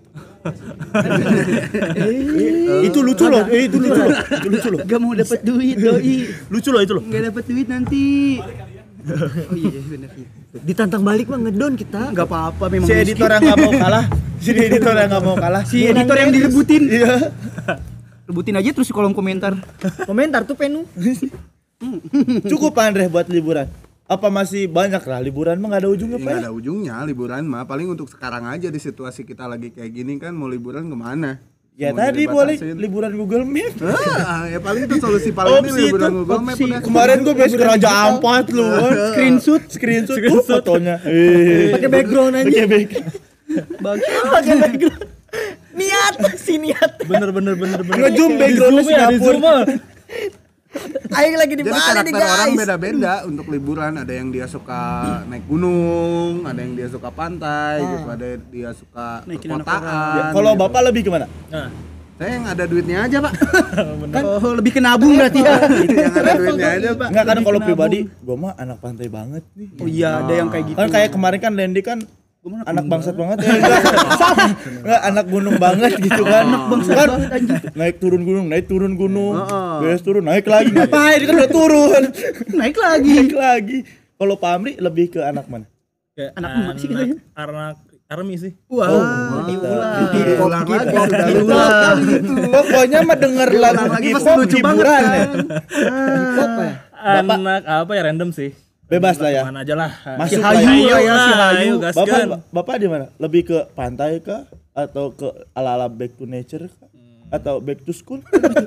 Itu lucu loh, eh itu lucu loh. Itu lucu loh. Gak mau dapat duit doi. Lucu loh itu loh. Gak dapat duit nanti. Oh iya benar iya. Ditantang balik mah ngedon kita. Gak apa-apa memang. Si miskin. editor yang nggak mau kalah, si editor yang nggak mau kalah. Si editor yang direbutin. Iya. Rebutin aja terus di kolom komentar. Komentar tuh penu. Cukup Andre buat liburan. Apa masih banyak lah liburan mah nggak ada ujungnya Ya, Pak? nggak ada ujungnya liburan mah, paling untuk sekarang aja di situasi kita lagi kayak gini kan, mau liburan kemana? Ya Mau tadi boleh dibatasin. liburan Google Map. Ah, ya paling itu solusi paling ini Opsi liburan itu, Google Map opsi. udah. Kemarin gue bes ke Raja Ampat lu kan. Screenshot, screenshot, uh, fotonya. Eh. Pakai background aja. Pakai background. Pakai background. Niat si niat. Bener bener bener bener. Nge-zoom backgroundnya Di zoom ya, di zoom Singapura. mah. Aing lagi di Jadi Bali nih karakter orang guys. beda-beda untuk liburan. Ada yang dia suka naik gunung, ada yang dia suka pantai, gitu. Ada yang dia suka Naikin anak perkotaan. Ya, kalau gitu. Bapak lebih kemana? Nah, Saya yang ada duitnya aja, Pak. Kan oh, lebih ke nabung berarti ya. yang ada duitnya aja, Pak. Enggak kan Lebih kalau ke pribadi, gua mah anak pantai banget nih. Oh iya, ada yang kayak gitu. Kan kayak kemarin kan Lendi kan Gua mah anak bangsat banget ya enggak. Enggak anak gunung banget gitu kan. Anak bangsat kan, banget, anjing. naik turun gunung, naik turun gunung. Heeh. Beres turun, naik lagi. Ngapain kan udah turun. Naik lagi. Naik lagi. Kalau Pak Amri lebih ke anak mana? kayak Anak emak sih kita ya. Anak army sih. Wah, diulang. Diulang lagi, sudah Diulang. diulang. Pokoknya mah denger lagu lagi hip pasti hop lucu hiburan banget, ya. Apa ya? Anak apa ya random sih. Bebas lah ya. Mana aja lah. Masuk Si lah Hayu ya. lah ya, si Hayu. Ayo Bapak gaskeun. Bapak di mana? Lebih ke pantai kah atau ke ala-ala back to nature kah? Atau back to school?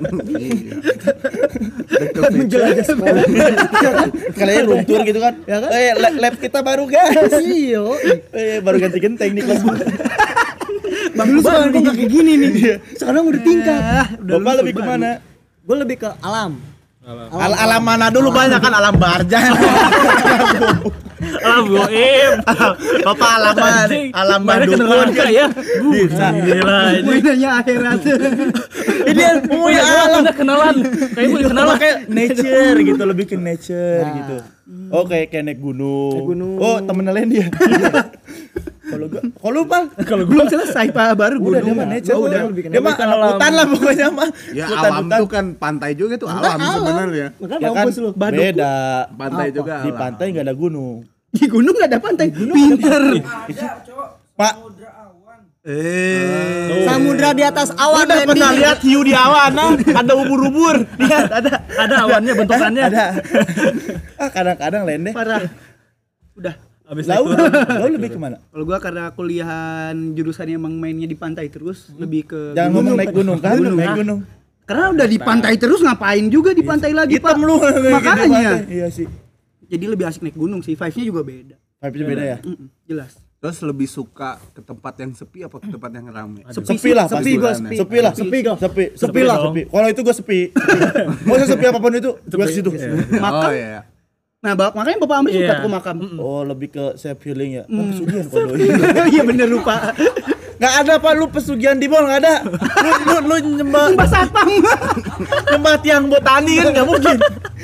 Menjelajah sekolah. Kalian room tour gitu kan? Ya kan? Eh, lab, lab kita baru guys. Iya. Eh, baru ganti genteng nih kelas. Bang dulu sekarang kok nggak kayak gini nih. Sekarang udah tingkat. Bapak lebih kemana? Gue lebih ke alam. Al alam mana dulu banyak kan alam Barja. Alam goib. Bapak alam mana? Alam Mana Bandung ke neraka ya? Bisa. Gila ini. Mainannya akhirat. Ini mau ya alam. Udah kenalan. Kayak mau kenalan Kayak nature gitu, lebih ke nature gitu. Oh kayak kayak naik gunung. Oh temen lain dia. Kalau gua, kalau lu Pal, Kalau belum selesai Pak, baru udah dia gunung. mah nature, Oh, udah udah lebih dia mah alam hutan lah pokoknya mah. Ya Hutan, alam hutan. tuh kan pantai juga tuh alam sebenarnya. Makanya Ya kan mampus lu. beda. Pantai juga Di alam. pantai nggak ada gunung. Di gunung enggak ada pantai. Pinter. Pak, Eh. Samudra di atas awan. udah Randy. pernah lihat hiu di awan? Nah, ada ubur-ubur. Lihat ada. Ada awannya bentukannya. Ada. Ah kadang-kadang lendeh. Parah. Udah. Habis Lau, naik turun. lau lebih kemana? Kalau gua karena kuliahan jurusannya emang mainnya di pantai terus, lebih ke Jangan ngomong naik gunung kan? Naik gunung. Karena udah di pantai terus ngapain juga di pantai lagi, Pak. Hitam lu. Makanya. Iya sih. Jadi lebih asik naik gunung sih. Vibe-nya juga beda. Vibe-nya beda ya. Mm-mm, jelas. Terus lebih suka ke tempat yang sepi apa ke tempat yang ramai? Sepi lah Sepi pasti. gua sepi. Sepi lah. Sepi gua. Sepi. Sepi Sepi lah. dong. Sepi. Kalau itu gua sepi. Mau sepi apapun itu, gua ke situ. Oh iya. Nah, bak makanya Bapak Amri suka Iya. ke makam. Oh, lebih ke self healing ya. Oh, pesugihan kok doi. Iya bener lupa. Enggak ada Pak lu pesugihan di mall, enggak ada. Lu lu, lu nyembah Mbak Satpam. nyembah tiang botani kan enggak mungkin.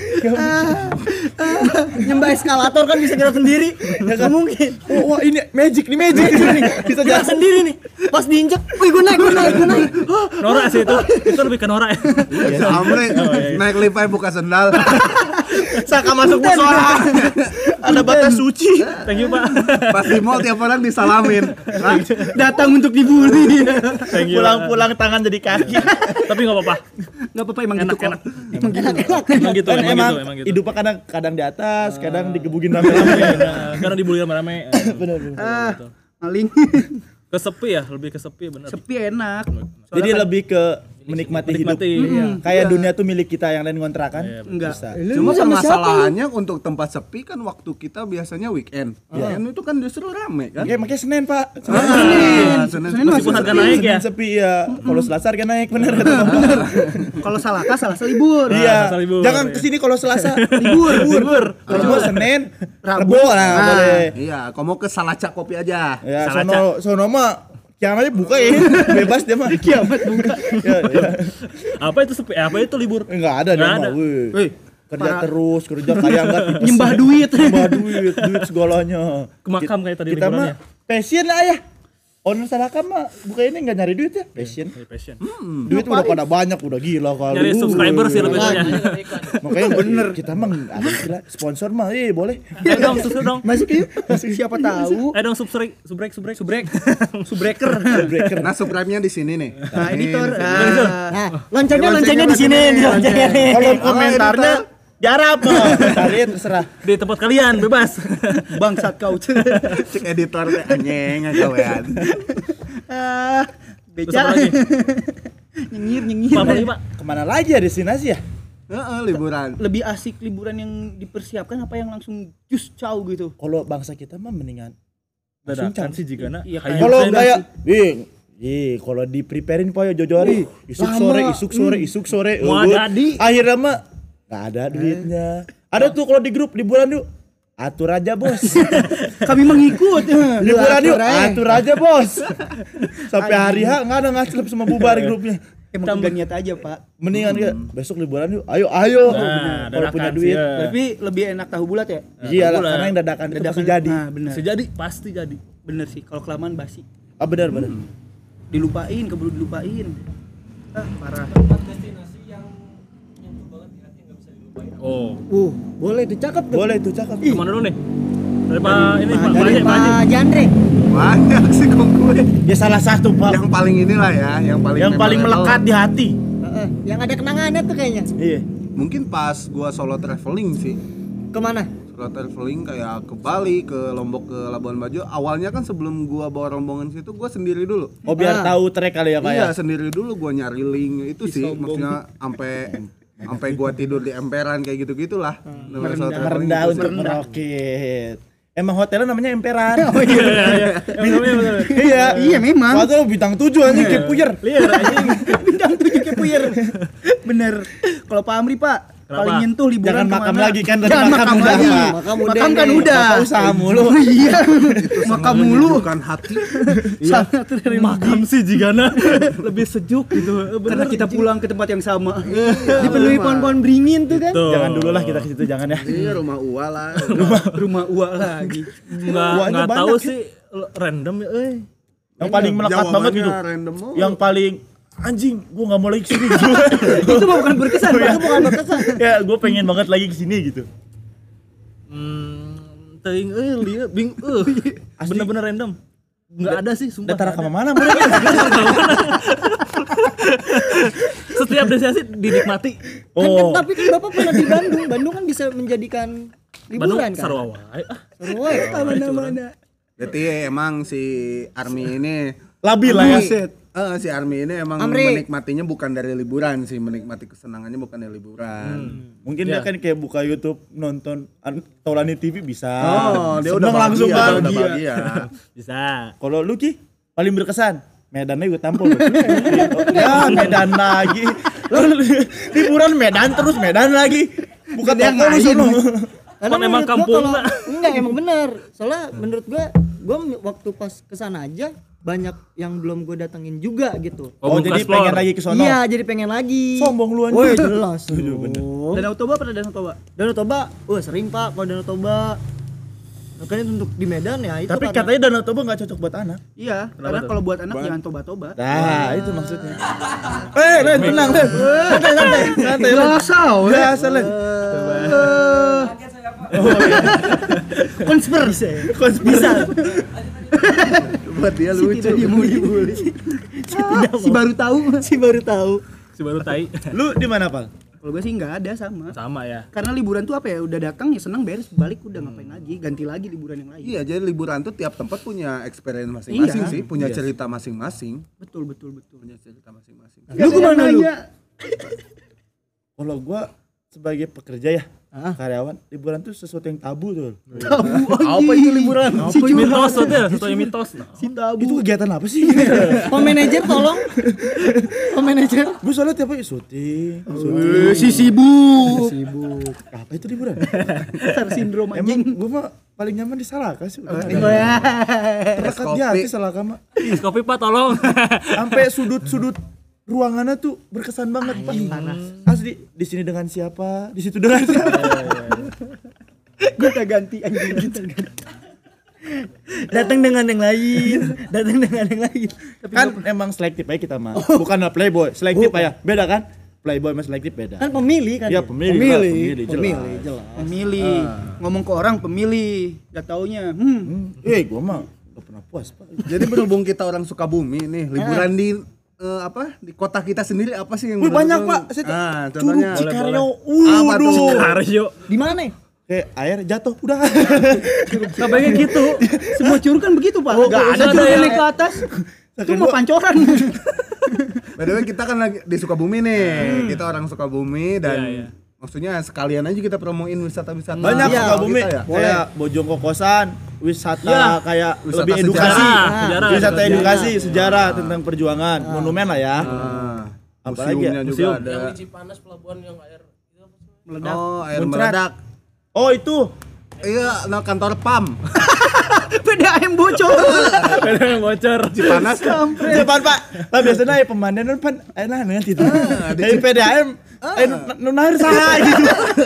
Nyembah eskalator kan bisa gerak sendiri. Gak mungkin. Oh, wah ini magic nih magic nih. Bisa Gerak jalan sendiri nih. Pas diinjek, wih gue naik, gue naik, gue naik. Norak sih itu. Itu lebih ke norak ya. Amri naik lift aja buka sendal. Saka masuk musola. Ada batas suci. Thank you, Pak. Pas di mall tiap orang disalamin. Nah, Datang untuk dibully. Thank you. Pulang-pulang tangan jadi kaki. Tapi enggak apa-apa. Enggak apa-apa emang Enak, gitu kok. enak. Emang gitu. Emang gitu, Kan emang emang gitu, emang gitu. hidupnya kadang kadang di atas, kadang digebugin rame-rame. Nah, karena dibully rame-rame. Benar benar. Ah, maling. Kesepi ya, lebih kesepi benar. Sepi enak. Jadi lebih ke menikmati, Menikmati, hidup. iya. Kayak dunia tuh milik kita, yang lain kontrakan. Iya, Enggak. Bisa. cuma sama siapa permasalahannya untuk tempat sepi kan waktu kita biasanya weekend. Weekend itu kan justru rame kan. Oke, makanya Senin, Pak. Ah, Senin. Senin Meskipun harga naik ya. Senin sepi ya. Kalau Selasa harga naik bener. Kalau salah kas salah libur. Iya. Selasa libur. Jangan kesini kalau Selasa libur, libur. Kalau Senin, Rabu lah boleh. Iya, kamu ke Salaca Kopi aja. Ya, Salaca. sono sono mah kiamatnya buka ya. Bebas dia mah. Kiamat buka. Ya, ya. Apa itu sepi? Apa itu libur? Enggak ada dia Nggak mah. ada. Weh. Wih, Kerja para- terus, kerja kayak enggak tipes. nyembah duit. Nyembah duit, duit segalanya. Ke makam kayak tadi Kita liburannya. mah passion lah ya. Owner Salaka mah buka ini enggak nyari duit ya, passion. Hey, passion. Duit udah pada banyak, udah gila kali. Nyari subscriber sih lebih Wah, banyak. Makanya bener kita mah ada gila sponsor mah eh boleh. Ayo dong, subscribe dong. Masuk yuk. Siapa tahu. Ayo dong subscribe, subrek, subrek, subrek. Subreker. Breaker. Nah, subscribe-nya di sini nih. Nah, editor. Ini, Ah. Nah, loncengnya Eh, loncengnya di sini, loncengnya di loncengnya nih. Kalau Oh, komentarnya jarap mah. Kalian terserah. Di tempat kalian bebas. Bangsat kau. cek editor teh anjing gawean. Ah, Terus beca. apa lagi? Nyengir, nyengir. Apa lagi, Pak? Kemana lagi ya destinasi ya? Heeh, liburan. Lebih asik liburan yang dipersiapkan apa yang langsung just caw gitu. Kalau bangsa kita mah mendingan langsung Dadakan cang. sih jika nak. Iya, Hayu Kalau saya kayak dah. ih, ih kalau di preparein po ya jojori, isuk lama. sore, isuk sore, isuk sore. Mau eueuh. jadi. Akhirnya mah enggak ada duitnya. Ada tuh kalau di grup liburan yuk. Atur aja, Bos. Kami mengikut. Liburan yuk, Atur aja. atur aja, Bos. Sampai hari H enggak ada ngacelep sama bubar grupnya. Emang udah niat aja, Pak. Mendingan kita besok liburan yuk. Ayo, ayo. Nah, Kalau dadakan punya sih, duit. ya. Tapi lebih enak tahu bulat ya? Iya lah, bulan. karena yang dadakan itu pasti jadi. Nah, benar. Bisa jadi, pasti jadi. Bener sih, kalau kelamaan basi. Ah benar benar. Dilupain, keburu dilupain. Ah, parah. Oh, Uh, boleh tuh cakep tuh. Boleh tuh cakep. kemana dulu nih? Dari Pak ini Pak Dari Pak Pak Haji. Pak Jandre. Banyak sih kok gue. Ya salah satu, Pak. Yang paling inilah ya, yang paling Yang paling memorable. melekat di hati. Heeh, yang ada kenangannya tuh kayaknya. Iya. Mungkin pas gua solo traveling sih. Kemana? Solo traveling kayak ke Bali, ke Lombok, ke Labuan Bajo. Awalnya kan sebelum gua bawa rombongan situ gua sendiri dulu. Oh biar Ah. tahu trek kali ya, Pak ya. Iya, sendiri dulu gua nyari link itu sih, maksudnya sampai sampai gua tidur di emperan kayak gitu-gitulah. Namanya solo traveling Merendah gitu sih. untuk merokit. Emang hotelnya namanya Emperan. Oh iya, iya, iya. Emang namanya betul. Iya. Iya, memang. Padahal bintang tujuh anjing kayak puyer. Lihat anjing. Bintang tujuh kayak puyer. Bener. Kalau Pak Amri, Pak, Kenapa? paling nyentuh liburan Jangan makam kemana? lagi kan, tadi Jangan makam makam udah. lagi. Makam udah Makam kan nih. udah. Bapak usaha mulu. Iya. Itu Makam sangat mulu. menyejukkan hati. Sangat dari Makam sih jigana lebih sejuk gitu. Karena kita pulang ke tempat yang sama. Dipenuhi pohon-pohon beringin tuh kan. Tuh. Jangan dulu lah kita ke situ, jangan ya. Iya, rumah Uwa lah. Rumah uak lagi. Nggak Buahnya nggak banyak tahu ya. sih random ya, eh. Yang paling melekat banget Jawabannya gitu. random mulu. Yang paling anjing, gua nggak mau lagi kesini. Itu mah bukan berkesan, Pak. Itu bukan berkesan. Ya, gua pengen banget lagi kesini gitu. Hmm, teuing eh lieu bing eh. Bener-bener random. Nggak ada sih, sumpah. Datara nggak ke ada. mana mana? Setiap destinasi dinikmati. Kan, kan, Oh. tapi kan Bapak pernah di Bandung. Bandung kan bisa menjadikan Bandung liburan kan. sarua wae. Ah, Woi, mana-mana. Berarti emang si Army ini Labil lah ya. Buset. Eh, si Army ini emang Amri. menikmatinya bukan dari liburan sih, menikmati kesenangannya bukan dari liburan. Mungkin Ya. dia kan kayak buka YouTube nonton an- Taulani T V bisa. Oh, dia Seneng udah langsung bahagia, kan. udah bahagia. bisa. Kalau lu Ki paling berkesan Medannya gue tampol. Ya Medan lagi. Lu liburan Medan terus Medan lagi. Bukan Yang toko lu lain. sono. Karena Emang menurut gua kampung kalau- nggak? enggak emang bener. Soalnya menurut gua gua m- waktu pas kesana aja banyak yang belum gua datengin juga gitu. Oh, buka jadi explore. pengen lagi ke sono. Iya, jadi pengen lagi. Sombong lu anjing. Woi, jelas. Danau Toba pernah Danau Toba? Danau Toba, wah sering Pak kalau Danau Toba. Makanya untuk di Medan ya itu Tapi karena- katanya Danau Toba nggak cocok buat anak. Iya, karena tuh? kalau buat anak jangan toba-toba. Nah, itu maksudnya. Eh, Len, tenang, Len. Santai, santai. Santai, Len. Biasa, weh. Biasa, Len. Konspir. Bisa. Buat dia Si lucu. tidak dia mau dibully. Si baru tahu. Si baru tahu. Si baru tai. Lu di mana, Pal? Kalau gue sih nggak ada sama. Sama ya. Karena liburan tuh apa ya? Udah datang ya senang beres balik udah ngapain lagi? Ganti lagi liburan yang lain. Iya, jadi liburan tuh tiap tempat punya experience masing-masing Iya. sih, punya cerita masing-masing. Betul betul betul. Punya cerita masing-masing. Lu kemana lu? Kalau gua sebagai pekerja ya, Ah. karyawan, liburan tuh sesuatu yang tabu tuh. Apa itu liburan? Si Mitos tuh ya, satu yang mitos. Si tabu. Itu kegiatan apa sih? Pak manajer tolong. Pak manajer. Gue soalnya tiap hari syuting, Eh, si sibuk. sibuk. Apa itu liburan? Star sindrom Emang anjing. gue mah paling nyaman di Salaka sih. Oh ya. Terdekat kopi. di hati Salaka mah. Es kopi Pak tolong. Sampai sudut-sudut ruangannya tuh berkesan banget, Pak. Asli di sini dengan siapa, di situ dengan siapa. Gue tak ganti anjing kita ganti. Datang dengan yang lain. Datang dengan yang lain. Kan emang selektif aja kita mah. Bukan playboy, selektif aja. Beda kan? Playboy sama selektif beda. Kan pemilih kan. Iya, pemilih. Pemilih. Pak, pemilih, jelas. Pemilih, jelas. Pemilih. Ngomong ke orang pemilih. Gak taunya. Hmm. Eh, gua mah gak pernah puas, Pak. Jadi berhubung kita orang Sukabumi nih, liburan di eh, apa? Di kota kita sendiri apa sih yang Wih, menurut banyak, lu- Pak. Saya Ah, Curug contohnya. Cikaryo. Apa tuh? Waduh. Karyo. Di mana? Kayak air jatuh udah. Gak pengen gitu. Semua curug kan begitu, Pak. Oh, nggak Nggak ada curug ya. yang naik ke atas. Itu mah pancoran. By the way, kita kan lagi di Sukabumi nih. Kita orang Sukabumi dan Iya, iya. maksudnya sekalian aja kita promoin wisata-wisata. Banyak Iya, Sukabumi. kita ya. Kayak Bojong Kokosan, wisata Iya. kayak Wisata lebih edukasi. sejarah. Sejarah. Wisata Sejarah. edukasi, sejarah tentang perjuangan, monumen lah ya. Ah, Apalagi ya? museumnya juga Museum. ada. Yang di Cipanas pelabuhan yang air itu apa sih? Meledak. Oh, air Muncrat. meledak. Oh, itu. Iya, nah kantor P A M. P D A M bocor. Kadang bocor. Cipanas. Depan, Pak. Lah biasanya ya pemandangan pan enak dengan itu. Dari P D A M eh nunair saha gitu.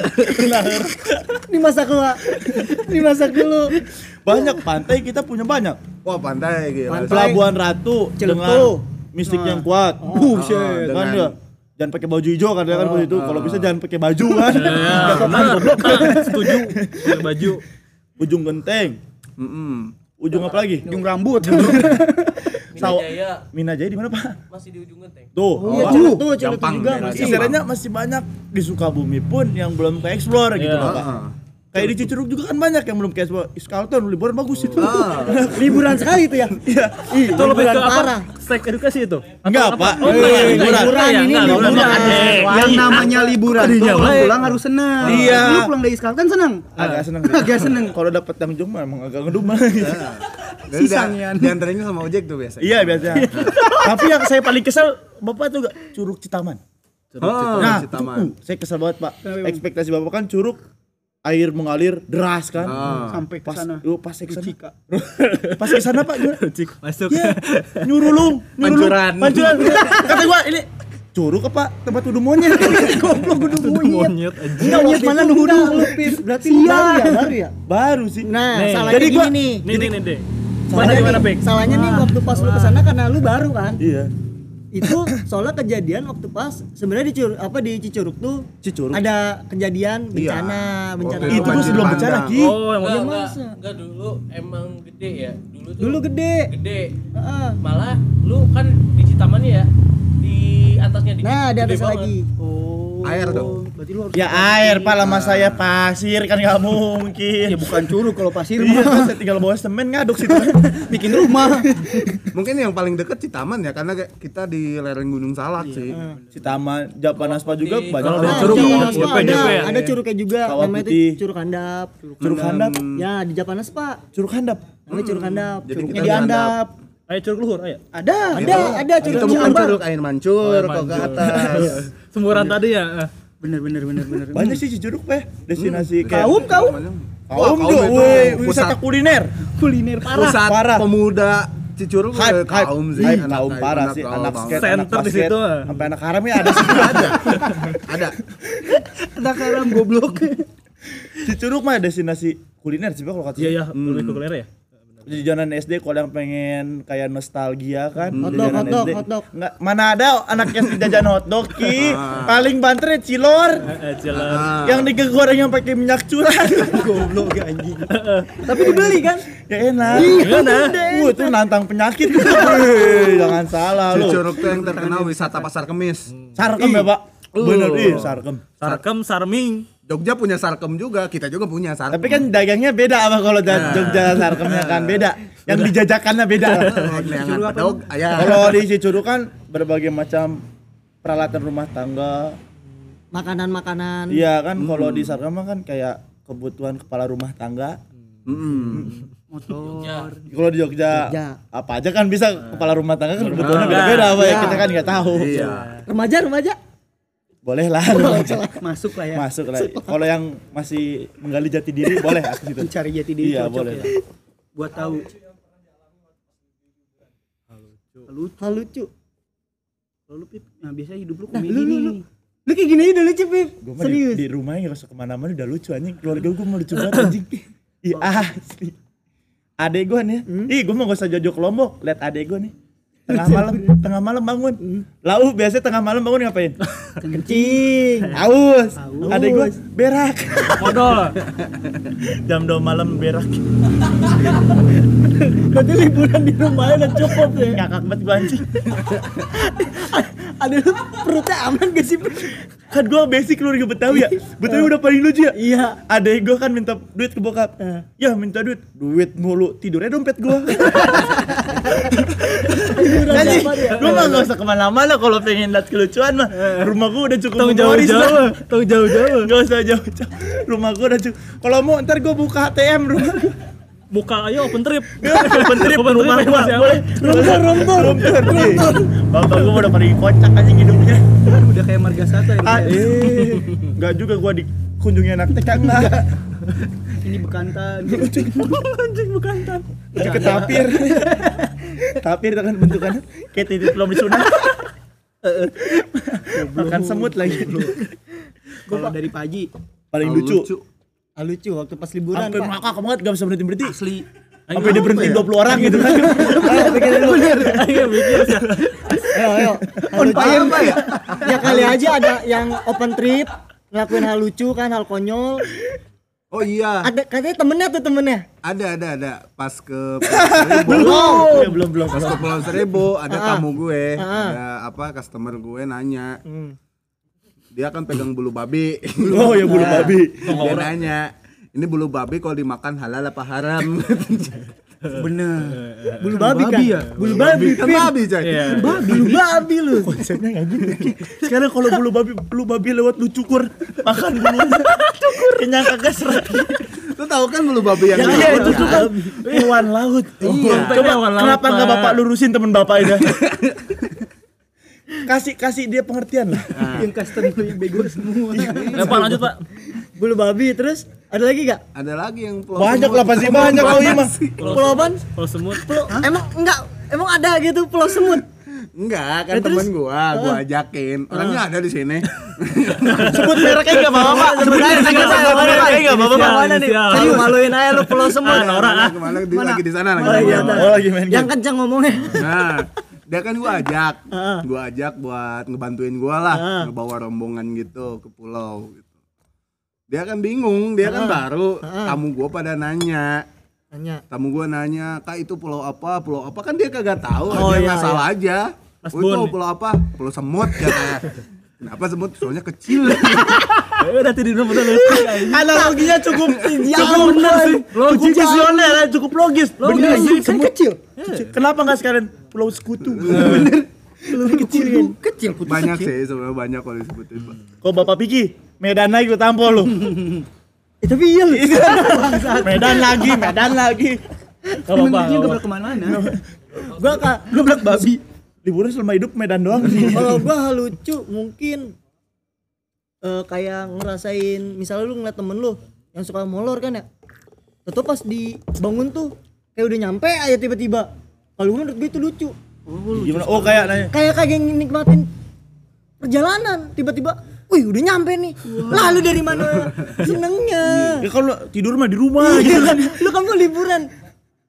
Dimasak dulu. Pak. Dimasak dulu. Banyak pantai kita punya banyak. Wah, pantai gitu. Pantai. Pelabuhan Ratu Ciletu. dengan mistik yang kuat. Buset. Kan Dengan- dia jangan pakai baju hijau kan dia kan waktu itu. Kalau bisa jangan pakai baju kan. Ya, benar. Setuju. Pakai baju. Ujung genteng. Mm-mm. Ujung apa lagi? Ujung rambut. Saw- Minajaya Minajaya di mana, Pak? masih di ujung genteng. Tuh. Iya, Wah, Ciletu, Ciletu gampang, juga daerah masih. istilahnya masih banyak di Sukabumi pun yang belum ke explore gitu Iya. loh, Pak. Ah. Kayak di Cicurug juga kan banyak yang belum ke explore. Iskalton liburan bagus itu. Ah. Liburan sekali itu ya. Iya. Itu lebih ke Liburan apa? parah. Seks edukasi itu? Enggak, Pak. Oh, enggak ya? Eh, Enggak, liburan. enggak ya? ini Enggak, liburan. liburan. Eh, Yang namanya liburan tuh Kadinya, pulang Pak. pulang harus senang. Iya. Lu pulang dari Skaltan senang? Agak seneng. Agak seneng. Kalau dapat yang jum emang agak ngedumel. Jadi Si dia- Sangian. diantaranya sama ojek tuh biasa. Iya biasa. Tapi yang saya paling kesel Bapak tuh gak Curug Citaman. Oh, Nah, Citaman. itu, uh, saya kesel banget, Pak. Kenapa, Bang? Ekspektasi Bapak kan curug air mengalir deras kan. Ah. Sampai ke Pas, sana. lu pas saya kesana, Cika. pas kesana Pak, gimana? Masuk. Ya, nyuruh lu, nyuruh lu. Pancuran. Pancuran. Kata gua ini curug apa tempat duduk monyet? Goblok duduk monyet. Monyet aja. Enggak, waktu mana itu nuhudu? enggak, lu Pip. Berarti lu baru ya, baru ya. Baru sih. Nah, Nih, salahnya jadi gini gua- nih. Nih, nih, nih, deh. Mana Salahnya gimana, nih, Pik? salahnya nih waktu pas lu kesana karena lu baru kan. Iya. Itu soalnya kejadian waktu pas sebenarnya di Curug apa di Cicurug tuh Cicurug. ada kejadian bencana, bencana. Waktu Itu alam. masih belum bencana, Ki. Oh, yang Enggak, Iya, enggak, masa? enggak dulu emang gede ya. Dulu tuh Dulu gede. gede. Heeh. Malah lu kan di Citaman ya. Di atasnya dikit. Nah, di gede atas banget. lagi. Air dong. Berarti lu harus Ya air, Pak, lama saya pasir kan nggak mungkin. Ya bukan curug kalau pasir Iya, mah. saya tinggal bawa semen ngaduk situ. Bikin rumah. Mungkin yang paling deket Citaman ya karena kayak kita di lereng Gunung Salak sih. Citaman, Japanaspa juga Di- banyak. Kalau ada di curug. Curug, Japanas ada Pak, J P, J P ada, ya? ada curugnya juga Kawah namanya Putih. itu Curug Handap. Curug handap. Ya, di Japanas, Pak. Curug handap. Namanya Curug Handap. Jadi Curugnya kita di di Handap. Ayo curug luhur, ayo. Ada. Ada, ada Itu curug bukan Ciambar. curug air mancur kok ke atas. Semburan tadi ya. Bener bener bener bener. Banyak sih Cicurug, Pak. Destinasi kayak Kaum kaum Kaum Wah, tuh, itu woi, pusat wisata kuliner. kuliner parah. pusat parah. pemuda Cicurug Hype, eh, hype, kaum sih. hype, anak- kaum parah anak sih, gaul anak banget. skate, Center anak di basket, situ. sampai anak haram ya ada sih. Ada. Ada. Ada karam goblok. Cicurug mah destinasi kuliner sih Pak, kalau kata Iya, saya. iya, lebih ke kuliner ya. Jajanan S D kalau yang pengen kayak nostalgia kan. Hotdog, jajanan hotdog, S D. hotdog. Nggak, mana ada anak S D jajan hotdog ki. Paling banter cilor. Eh, jelas. Ah. Yang digoreng yang pakai minyak curah. Goblok gak anjing. Tapi dibeli kan? Ya enak. Gimana? Uh, itu nantang penyakit. Wih, jangan salah lu. Curug tuh yang terkenal wisata Pasar Kemis. Sarkem ya, Pak? Bener, ih, sarkem. Sarkem, Sarming. Jogja punya Sarkem juga, kita juga punya Sarkem. Tapi kan dagangnya beda apa kalau ja- Jogja sarkemnya kan beda. Yang dijajakannya beda lah. Leangan pedog, ayah. Kalau di Cicurug kan berbagai macam peralatan rumah tangga. Makanan-makanan. Iya kan, kalau di sarkem kan kayak kebutuhan kepala rumah tangga. Mm-mm. Motor. Kalau di Jogja, Jogja. apa aja kan bisa kepala rumah tangga kan kebutuhannya beda-beda apa ya, kita kan nggak tahu. Iya. Remaja, remaja. Boleh lah. Masuk lah ya. Masuk lah. Kalau yang masih menggali jati diri boleh aku situ. Mencari jati diri Iya, cocok boleh. ya. Buat tahu. Lucu. Hal lucu. Lalu Pip, nah biasanya hidup lu Nah, komedi lu, lu, nih. lu. Lu kayak gini aja udah lucu, Pip. Gue mah di, Serius. di rumahnya nggak usah kemana-mana udah lucu anjing. Keluarga gue mau lucu banget anjing. Iya asli. Adek gue nih, ih gue mau gak usah jojok Lombok. Lihat adek gue nih. Tengah malam, tengah malam bangun. Lau biasanya tengah malam bangun ngapain? Kencing. Aus. Adek gue berak. Modal. Jam dua malam berak. Berarti liburan di rumahnya udah cukup ya. Ngakak banget gue anjing. Ada lu perutnya aman gak sih, Pip? Kan gue basic keluarga Betawi ya. Betawi udah paling lucu ya. Iya. Adek gue kan minta duit ke bokap. Ya minta duit. Duit mulu. Tidurnya dompet gue. Anjing, gue mah gak usah kemana-mana kalau pengen lihat kelucuan mah. Rumah gue udah cukup Tong memoris jauh-jauh. lah. Tong jauh-jauh. Gak usah jauh-jauh. Rumah gue udah cukup. Kalau mau ntar gue buka A T M rumah. Buka ayo open trip. Open trip Open rumah trip gue. masih Boleh. aman. Rompor, rompor, rompor. Bapak gue udah paling kocak anjing hidupnya. Udah kayak marga satu ya. Ah, eh, enggak juga gue dikunjungi anak T K enggak. Ini bekantan. Anjing bekantan. Itu ketapir. Tapir itu kan bentukannya kayak titik belum disunat. Makan semut lagi. Kalau dari Paji Paling Oh, lucu. Ah, lucu waktu pas liburan, Sampai Pak. ngakak banget gak bisa berhenti berhenti. asli. Sampai dia berhenti dua puluh orang gitu kan. Ayo bikin dulu. Ayo mikir. Ayo, ayo. Hal lucu. Apa ya? Ya kali aja ada yang open trip, ngelakuin hal lucu kan, hal konyol. Oh iya, Ada katanya temennya tuh temennya. ada ada ada pas ke Pulau Seribu. Belum. Ya belum belum. Pas ke Pulau Seribu ada Ah. tamu gue, Ah. ada apa customer gue nanya. Hmm. Dia kan pegang bulu babi. Oh ya bulu babi. Dia nanya, ini bulu babi kalau dimakan halal apa haram? Bener. Bulu babi kan? ya? Bulu babi. Kan Pip. babi coy. Bulu babi lu. Konsepnya nggak gitu. Sekarang kalau bulu babi bulu babi lewat lu cukur makan bulunya. Cukur. Kenyang kagak seret. Lu tahu kan bulu babi yang Ya di iya laut itu kan? juga hewan laut. Iya. Coba Hewan laut, kenapa nggak Pak. bapak lurusin temen bapak itu? kasih kasih dia pengertian lah. Yang customer yang bego semua. Ya, Pak, lanjut, Pak. Bulu babi terus ada lagi gak? Ada lagi yang pulau Banyak semut. lah pasti banyak kau ini mah. Pulau apaan? Kalau semut. Pulau emang enggak emang ada gitu pulau semut. Enggak, kan Ya, terus? temen gua, gua ajakin. Orangnya ada di sini. Sebut mereknya enggak apa-apa, Pak. Sebut mereknya enggak apa-apa. Mana nih? Inisial. Serius maluin aja lu pulau semut. Ah, Nora, ah. Kemana dia lagi di sana lagi. Oh, iya, main. ada. Oh lagi main Yang game. kencang ngomongnya. Nah, dia kan gua ajak. Gua ajak buat ngebantuin gua lah, Ah. ngebawa rombongan gitu ke pulau gitu. Dia kan bingung, dia kan baru. Tamu gua pada nanya. Tanya. Tamu gua nanya, "Kak, itu pulau apa? Pulau apa?" Kan dia kagak tahu, Oh, dia iya, ngasal iya. aja. Mas "Oh, itu Bun. pulau apa?" "Pulau semut," katanya. Kenapa semut? Soalnya kecil. Eh, udah tidur bener lu. Analoginya cukup cukup bener sih. cukup visioner, cukup logis. Bener sih. Kan kecil. Kenapa enggak sekalian pulau sekutu? Lebih kecil kan. Kecil putih. Banyak sih, sebenarnya banyak kalau disebutin, Pak. Kok Bapak Piki Medan lagi gue tampol lu. Eh, tapi iya lu. Medan lagi, Medan lagi. Enggak apa-apa. Dia nggak nggak apa-apa. kemana-mana. Gua kak Goblok babi. Liburan selama hidup Medan doang. kalau gua hal lucu mungkin eh, kayak ngerasain misalnya lu ngeliat temen lu yang suka molor kan ya, tentu pas dibangun tuh kayak udah nyampe aja tiba-tiba. Kalau gua menurut gue itu lucu. Gimana? Oh kayak nanya. Kayak kayak nikmatin perjalanan tiba-tiba. Wih udah nyampe nih. Lalu dari mana senengnya? Ya kalau tidur mah di rumah Iya gitu kan, kan. lu kan mau liburan.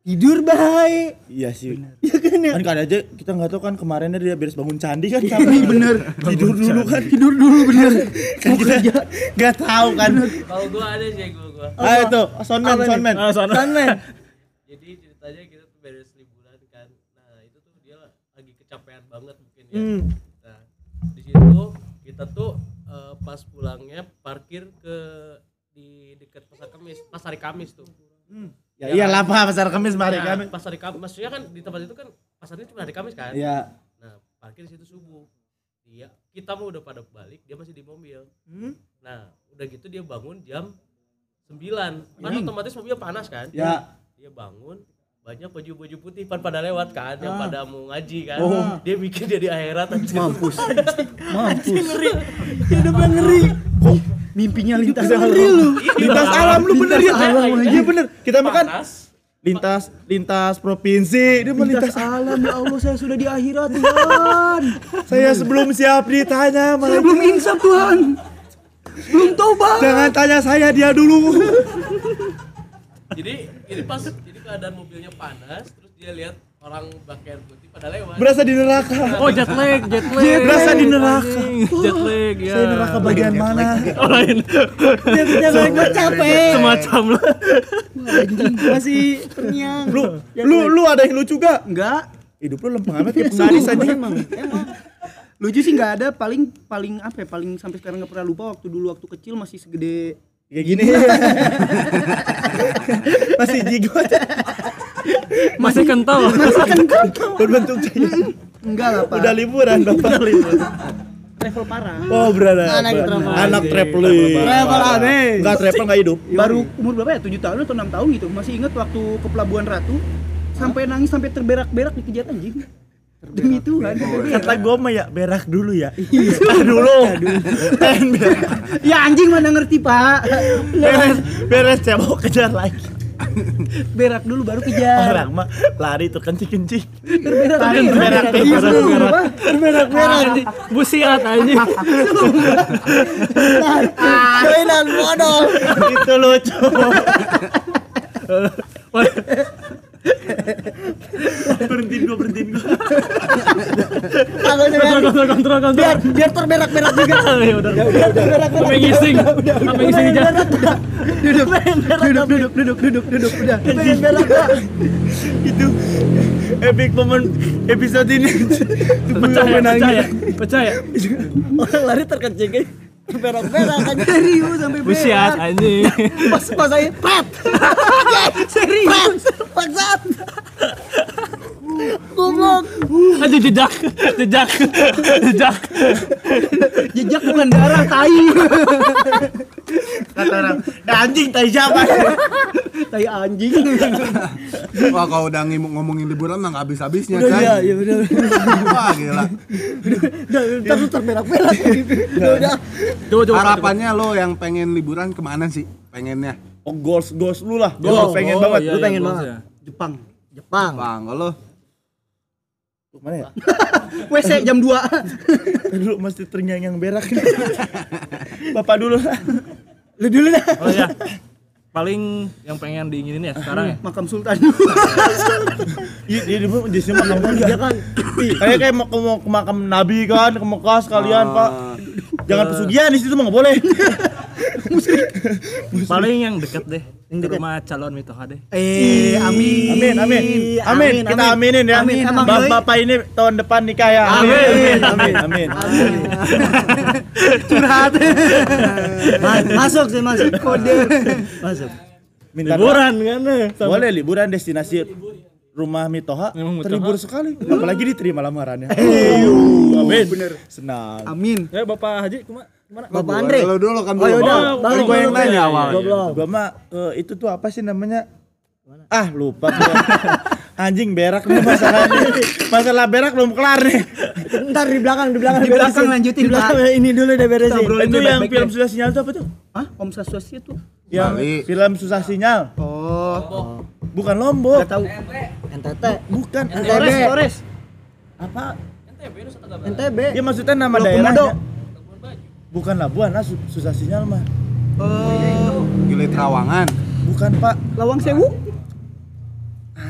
Tidur baik. Iya sih. Ya kan ya. Kan kan aja kita nggak tahu kan kemarinnya dia beres bangun candi kan capek bener. Tidur dulu kan. Tidur dulu bener. Kan kita nggak tahu kan. Kalau gua ada sih gua gua. Ayo tuh, soundman, Apa nih? soundman. Ah, sana. Sunman. Jadi ceritanya kita tuh beres liburan kan. Nah, itu tuh dia lagi kecapean banget mungkin ya. Hmm. Nah, di situ kita tuh eh, pas pulangnya parkir ke di dekat Pasar Kamis, pas hari Kamis tuh. Ya iyalah Pak, pasar Kamis mari Nah, kami. pas hari Kamis, maksudnya kan di tempat itu kan pasarnya cuma hari Kamis kan. Iya. Nah, parkir di situ subuh. Dia kita mau udah pada balik, dia masih di mobil. Hmm? Nah, udah gitu dia bangun jam sembilan. Kan otomatis mobil panas kan? Ya. Dia bangun, banyak baju-baju putih pan pada lewat kan, yang pada mau ngaji kan. Oh. Dia bikin dia di akhirat aja. Mampus. Mampus. Ngeri. Hidupnya ngeri. Mimpinya lintas Ngeri lu. Lintas alam lu bener ya. alam, Iya bener. Kita makan Panas. lintas lintas provinsi, dia mau lintas lintas. alam ya Allah, saya sudah di akhirat Tuhan. Saya sebelum siap ditanya malah Belum insaf Tuhan. Belum tobat. jangan tanya saya dia dulu. Jadi ini pas jadi keadaan mobilnya panas, terus dia lihat orang pakaian putih pada lewat. Berasa di neraka. Oh, jet lag, jet lag. Berasa di neraka. Jet lag ya. Saya neraka bagian mana? Oh, lain. Dia dia gua capek. Semacam lu. Anjing masih ternyang. Lu lu lu ada yang lucu gak? Enggak. Hidup lu lempeng amat kayak pengaris aja. Emang, emang. Lucu sih nggak ada, paling paling apa ya, paling sampai sekarang nggak pernah lupa waktu dulu waktu kecil masih segede Kayak gini. Masih jigot. Masih kental. Berbentuk cair. enggak lah Pak. Udah liburan Bapak. Travel parah. Oh, berada. Anak travel. Anak traveling. Travel aneh. Enggak travel enggak hidup. Baru umur berapa ya? tujuh tahun atau enam tahun gitu. Masih ingat waktu ke Pelabuhan Ratu sampai nangis sampai terberak-berak dikejar anjing. Demi Tuhan. Kata gua mah ya berak dulu ya. dulu. Pengen berak. Ya anjing mana ngerti Pak. Beres beres cebok kejar lagi. Berak dulu baru kejar. Orang mah lari tuh kencing-kencing. Terberak. Lari terberak Iya, terberak. Terberak-berak. Busiat anjing. Mainan bodoh. Itu lucu. Berhentiin gua, berhentiin gua. Kalau dengan Kontrol, kontrol, kontrol. biar biar terberak-berak juga. Ya udah. Sampai ngising. Sampai ngising di jalan. Duduk, duduk, duduk, duduk, duduk, duduk, udah. Pengen berak Pak. Itu epic momen episode ini. Pecah ya, pecah ya. Pecah ya. Orang lari terkencing kan. Terberak-berak kan. Serius sampai Busiat berak. anjing. Pas pas saya pret. Serius. Paksat. Goblok. Aduh jejak, jejak, jejak. Jejak bukan darah, tai. Kata orang, "Ya anjing tai siapa?" Tai anjing. Wah, kalau udah ngim- ngomongin liburan mah nggak habis-habisnya Udah kan. iya, iya benar. Wah, gila. Udah ntar lu terberak-berak. Udah udah. Coba coba. Harapannya lo yang pengen liburan kemana sih? Pengennya? Oh, goals goals lu lah. Goals. Gua pengen Oh, banget. iya, Lu iya, pengen goals banget. ya. Jepang. Jepang. Bang, kalau Mana ya? W C jam dua. Dulu mesti terngiang yang berak. Bapak dulu lah. Lu dulu dah. Oh ya. Paling yang pengen diinginin ya sekarang ya. Makam Sultan. Iya, dia dulu di sini makam kan. Dia kan Kayak kayak mau ke, mau ke makam Nabi kan, ke Mekah sekalian, Pak. Jangan pesugihan di situ mah enggak boleh. Paling yang deket deh. Ke rumah calon Mitoha deh. Eh, amin. Amin, amin. Amin, kita aminin ya. Amin, emang Bap- yoi. Bapak ini tahun depan nikah ya. Amin, amin, amin. Curhat. Ma- masuk sih masuk. Kode. Masuk. Minta Liburan kan. doa. Boleh liburan destinasi rumah Mitoha Rumah Mitoha. terhibur sekali. Apalagi diterima lamarannya. Amin. Bener. Senang. Amin. Ya Bapak Haji kemana? Kemana? Bapak Andre. Lo dulu kan Oh belum. yaudah, Oh, baru gua yang baru. nanya Gua awalnya. belum. Gua mah eh, itu tuh apa sih namanya? Ah, lupa gua. Anjing berak nih masalahnya. Masalah berak belum kelar nih. Ntar di belakang, di belakang Di belakang beresin. lanjutin, Di belakang Pak. ini dulu deh beresin. Itu yang film susah sinyal tuh apa tuh? Hah? Om Saswasti itu? Yang Bali. film susah sinyal. Oh, Bukan Lombok. enggak tahu. N T T. Bukan. N T B. Flores. Apa? N T B. Ya maksudnya nama Pulau daerahnya. Komodo. Bukan Labuan lah, su- susah sinyal mah. Oh, Gili Trawangan. Bukan, Pak. Lawang Sewu?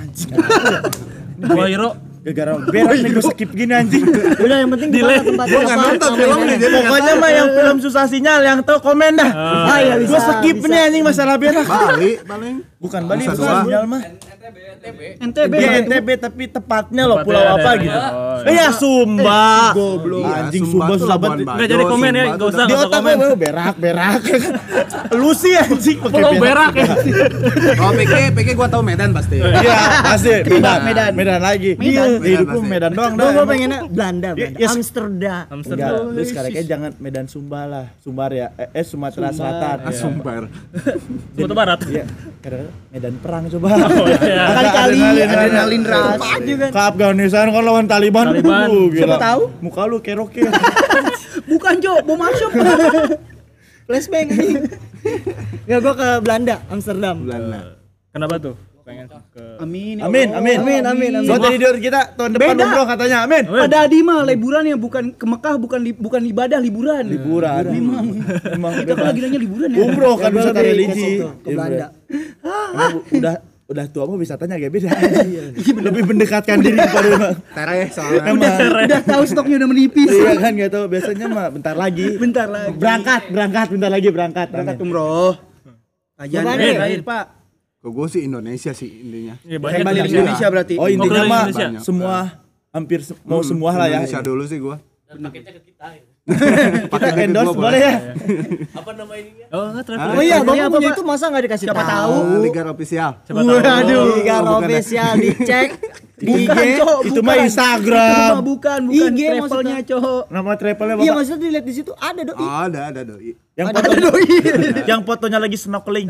anjing. Gua hero Gara-gara berak nih gue skip gini anjing. Udah yang penting di mana tempatnya. Gua nggak apa, nonton apa film mainannya. nih, jadi nggak Pokoknya mah yang film susah sinyal yang tahu komen dah. Ah iya bisa. Gue skip bisa. nih anjing masalah berak. Bali paling Bukan Bali, Nusa bukan Dua. sinyal mah. N T B. Iya N T B tapi tepatnya loh pulau Tepatnya apa ada. gitu. Oh, Iya Sumba. Goblok. Anjing Sumba susah banget. Nggak jadi komen ya, nggak usah. Di otak gue "Wah, berak berak. Lu sih anjing pakai Pulau berak ya. Oh P K, P K gua tahu Medan pasti. Iya, pasti Medan. Medan. Medan lagi. Medan. Iya, hidup lu pasti. Medan doang Gua dah. gua emang. pengennya Belanda, Belanda. Yes. Amsterdam. Enggak, Amsterdam. lu sekarang kayak jangan Medan Sumba lah. Sumbar ya. Eh, eh Sumatera Selatan. Ah, Sumbar. Sumatera Barat. Iya, kadang-kadang Medan perang coba. iya. Kali-kali Adrenalin, adrenalin ras. juga. Ke Afghanistan kan lawan Taliban. Taliban. Uh, gila. Siapa tahu? Muka lu kayak roket. Bukan Jo, bom masuk. Flashbang anjing. Enggak gua ke Belanda, Amsterdam. Belanda. Kenapa tuh? Pengen ke Amin. ya Amin, Allah. amin. Amin, amin, amin. Buat jadi tidur kita tahun depan Beda. umroh katanya. Amin. Pada Adi mah liburan ya bukan ke Mekah, bukan li, bukan ibadah, liburan. Liburan. Memang. Emang Kita kan lagi nanya liburan ya. umroh kan Ya, gua wisata lebih ke religi. situ, ke Iya, Belanda. Emang udah udah tua mah wisatanya agak beda. Lebih mendekatkan diri kepada Tereh soalnya. emang. Udah tahu stoknya udah menipis. Iya kan enggak tahu biasanya mah bentar lagi. Bentar lagi. Berangkat, berangkat bentar lagi berangkat. Berangkat Amin. umroh. Kajian Bukan, terakhir, Amin. terakhir, Pak. Kok gue sih Indonesia sih intinya. Iya, Saya banyak balik di di Indonesia berarti. Oh intinya keliling mah Indonesia. semua hampir se- mau semua lah ya. Indonesia dulu sih gua. Dan paketnya ke kita ya. Kita deket endorse gua boleh ya. Apa nama ininya? Oh, enggak travel. Oh iya, Bang Ini apa, punya Pak? itu masa enggak dikasih Siapa tahu? Oh, Liga official. Coba tahu. Waduh. Liga bukan ya? official dicek di I G. Bukan, Cok, Itu bukan. mah Itu Instagram. mah bukan, bukan I G travelnya, Cok. Nama travelnya Iya, Bapak. maksudnya dilihat di situ ada doi. Oh, ada ada doi. Yang Ada fotonya doi. yang fotonya lagi snorkeling.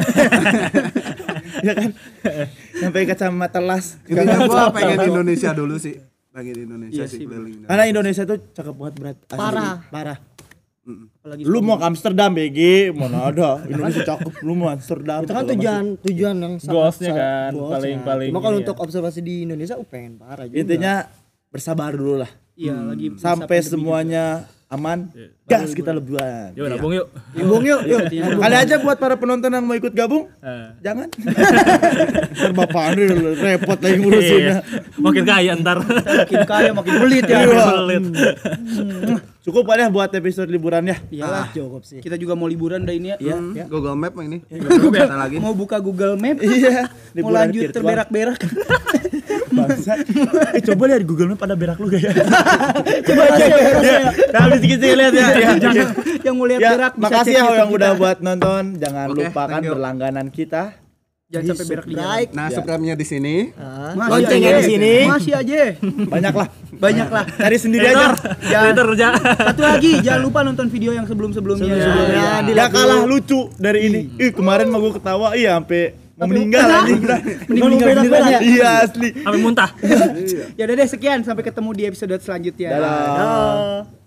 Ya kan? Sampai kacamata las. Intinya gua pengen Indonesia dulu sih. Pengen Indonesia sih keliling. Karena Indonesia tuh cakep banget berat. Asli. Parah. Parah. Apalagi Lu mau ke Amsterdam B G, mana ada. Indonesia cakep, lu mau Amsterdam. Itu kan tujuan tujuan yang sangat- Goalsnya sangat- kan, goalsnya. paling-paling Cuma kalau ini untuk ya. observasi di Indonesia, uh pengen parah juga. Intinya bersabar dulu lah. Iya, lagi masa Sampai pandemi semuanya aman. Gas kita leburan. Yuk, nabung yuk. Bung yuk, yuk. Kali aja buat para penonton yang mau ikut gabung, Eh. jangan. Ntar bapak ini repot lagi ngurusinnya. Iya. Makin kaya ntar. makin kaya makin belit ya. Iya. Pelit. Cukup lah ya buat episode liburan ya. Iyalah, Cukup sih. kita juga mau liburan dah ini ya. Iya. Hmm, Google Map mah ini. Google Kita lagi. Mau buka Google Map. Iya. Mau Liburan lanjut virtual. terberak-berak. Bangsa. Eh coba lihat Google Map ada berak lu gak ya? Coba aja. Ya, nah sedikit lihat ya. Ya, Jangan yang mau lihat ya berak bisa makasih cek ya YouTube yang udah kita. buat nonton. Jangan Oke, lupakan thank you. berlangganan kita. Jangan sampai berak di jalan. Subscribe. Nah, subscribe-nya di sini. Ah, Masih loncengnya aja. di sini. Masih aja. Banyak lah. Banyak lah. Cari sendiri aja. Editor, editor kerja. Satu lagi, jangan lupa nonton video yang sebelum-sebelumnya. Sebelum-sebelumnya. Ya, dilihat ya kalah dulu. lucu dari ini. Ih kemarin mah gua ketawa iya sampai mau meninggal anjing. Mending meninggal beneran ya. Iya asli. Sampai muntah. Ya udah deh sekian, sampai ketemu di episode selanjutnya. Dadah. Ah.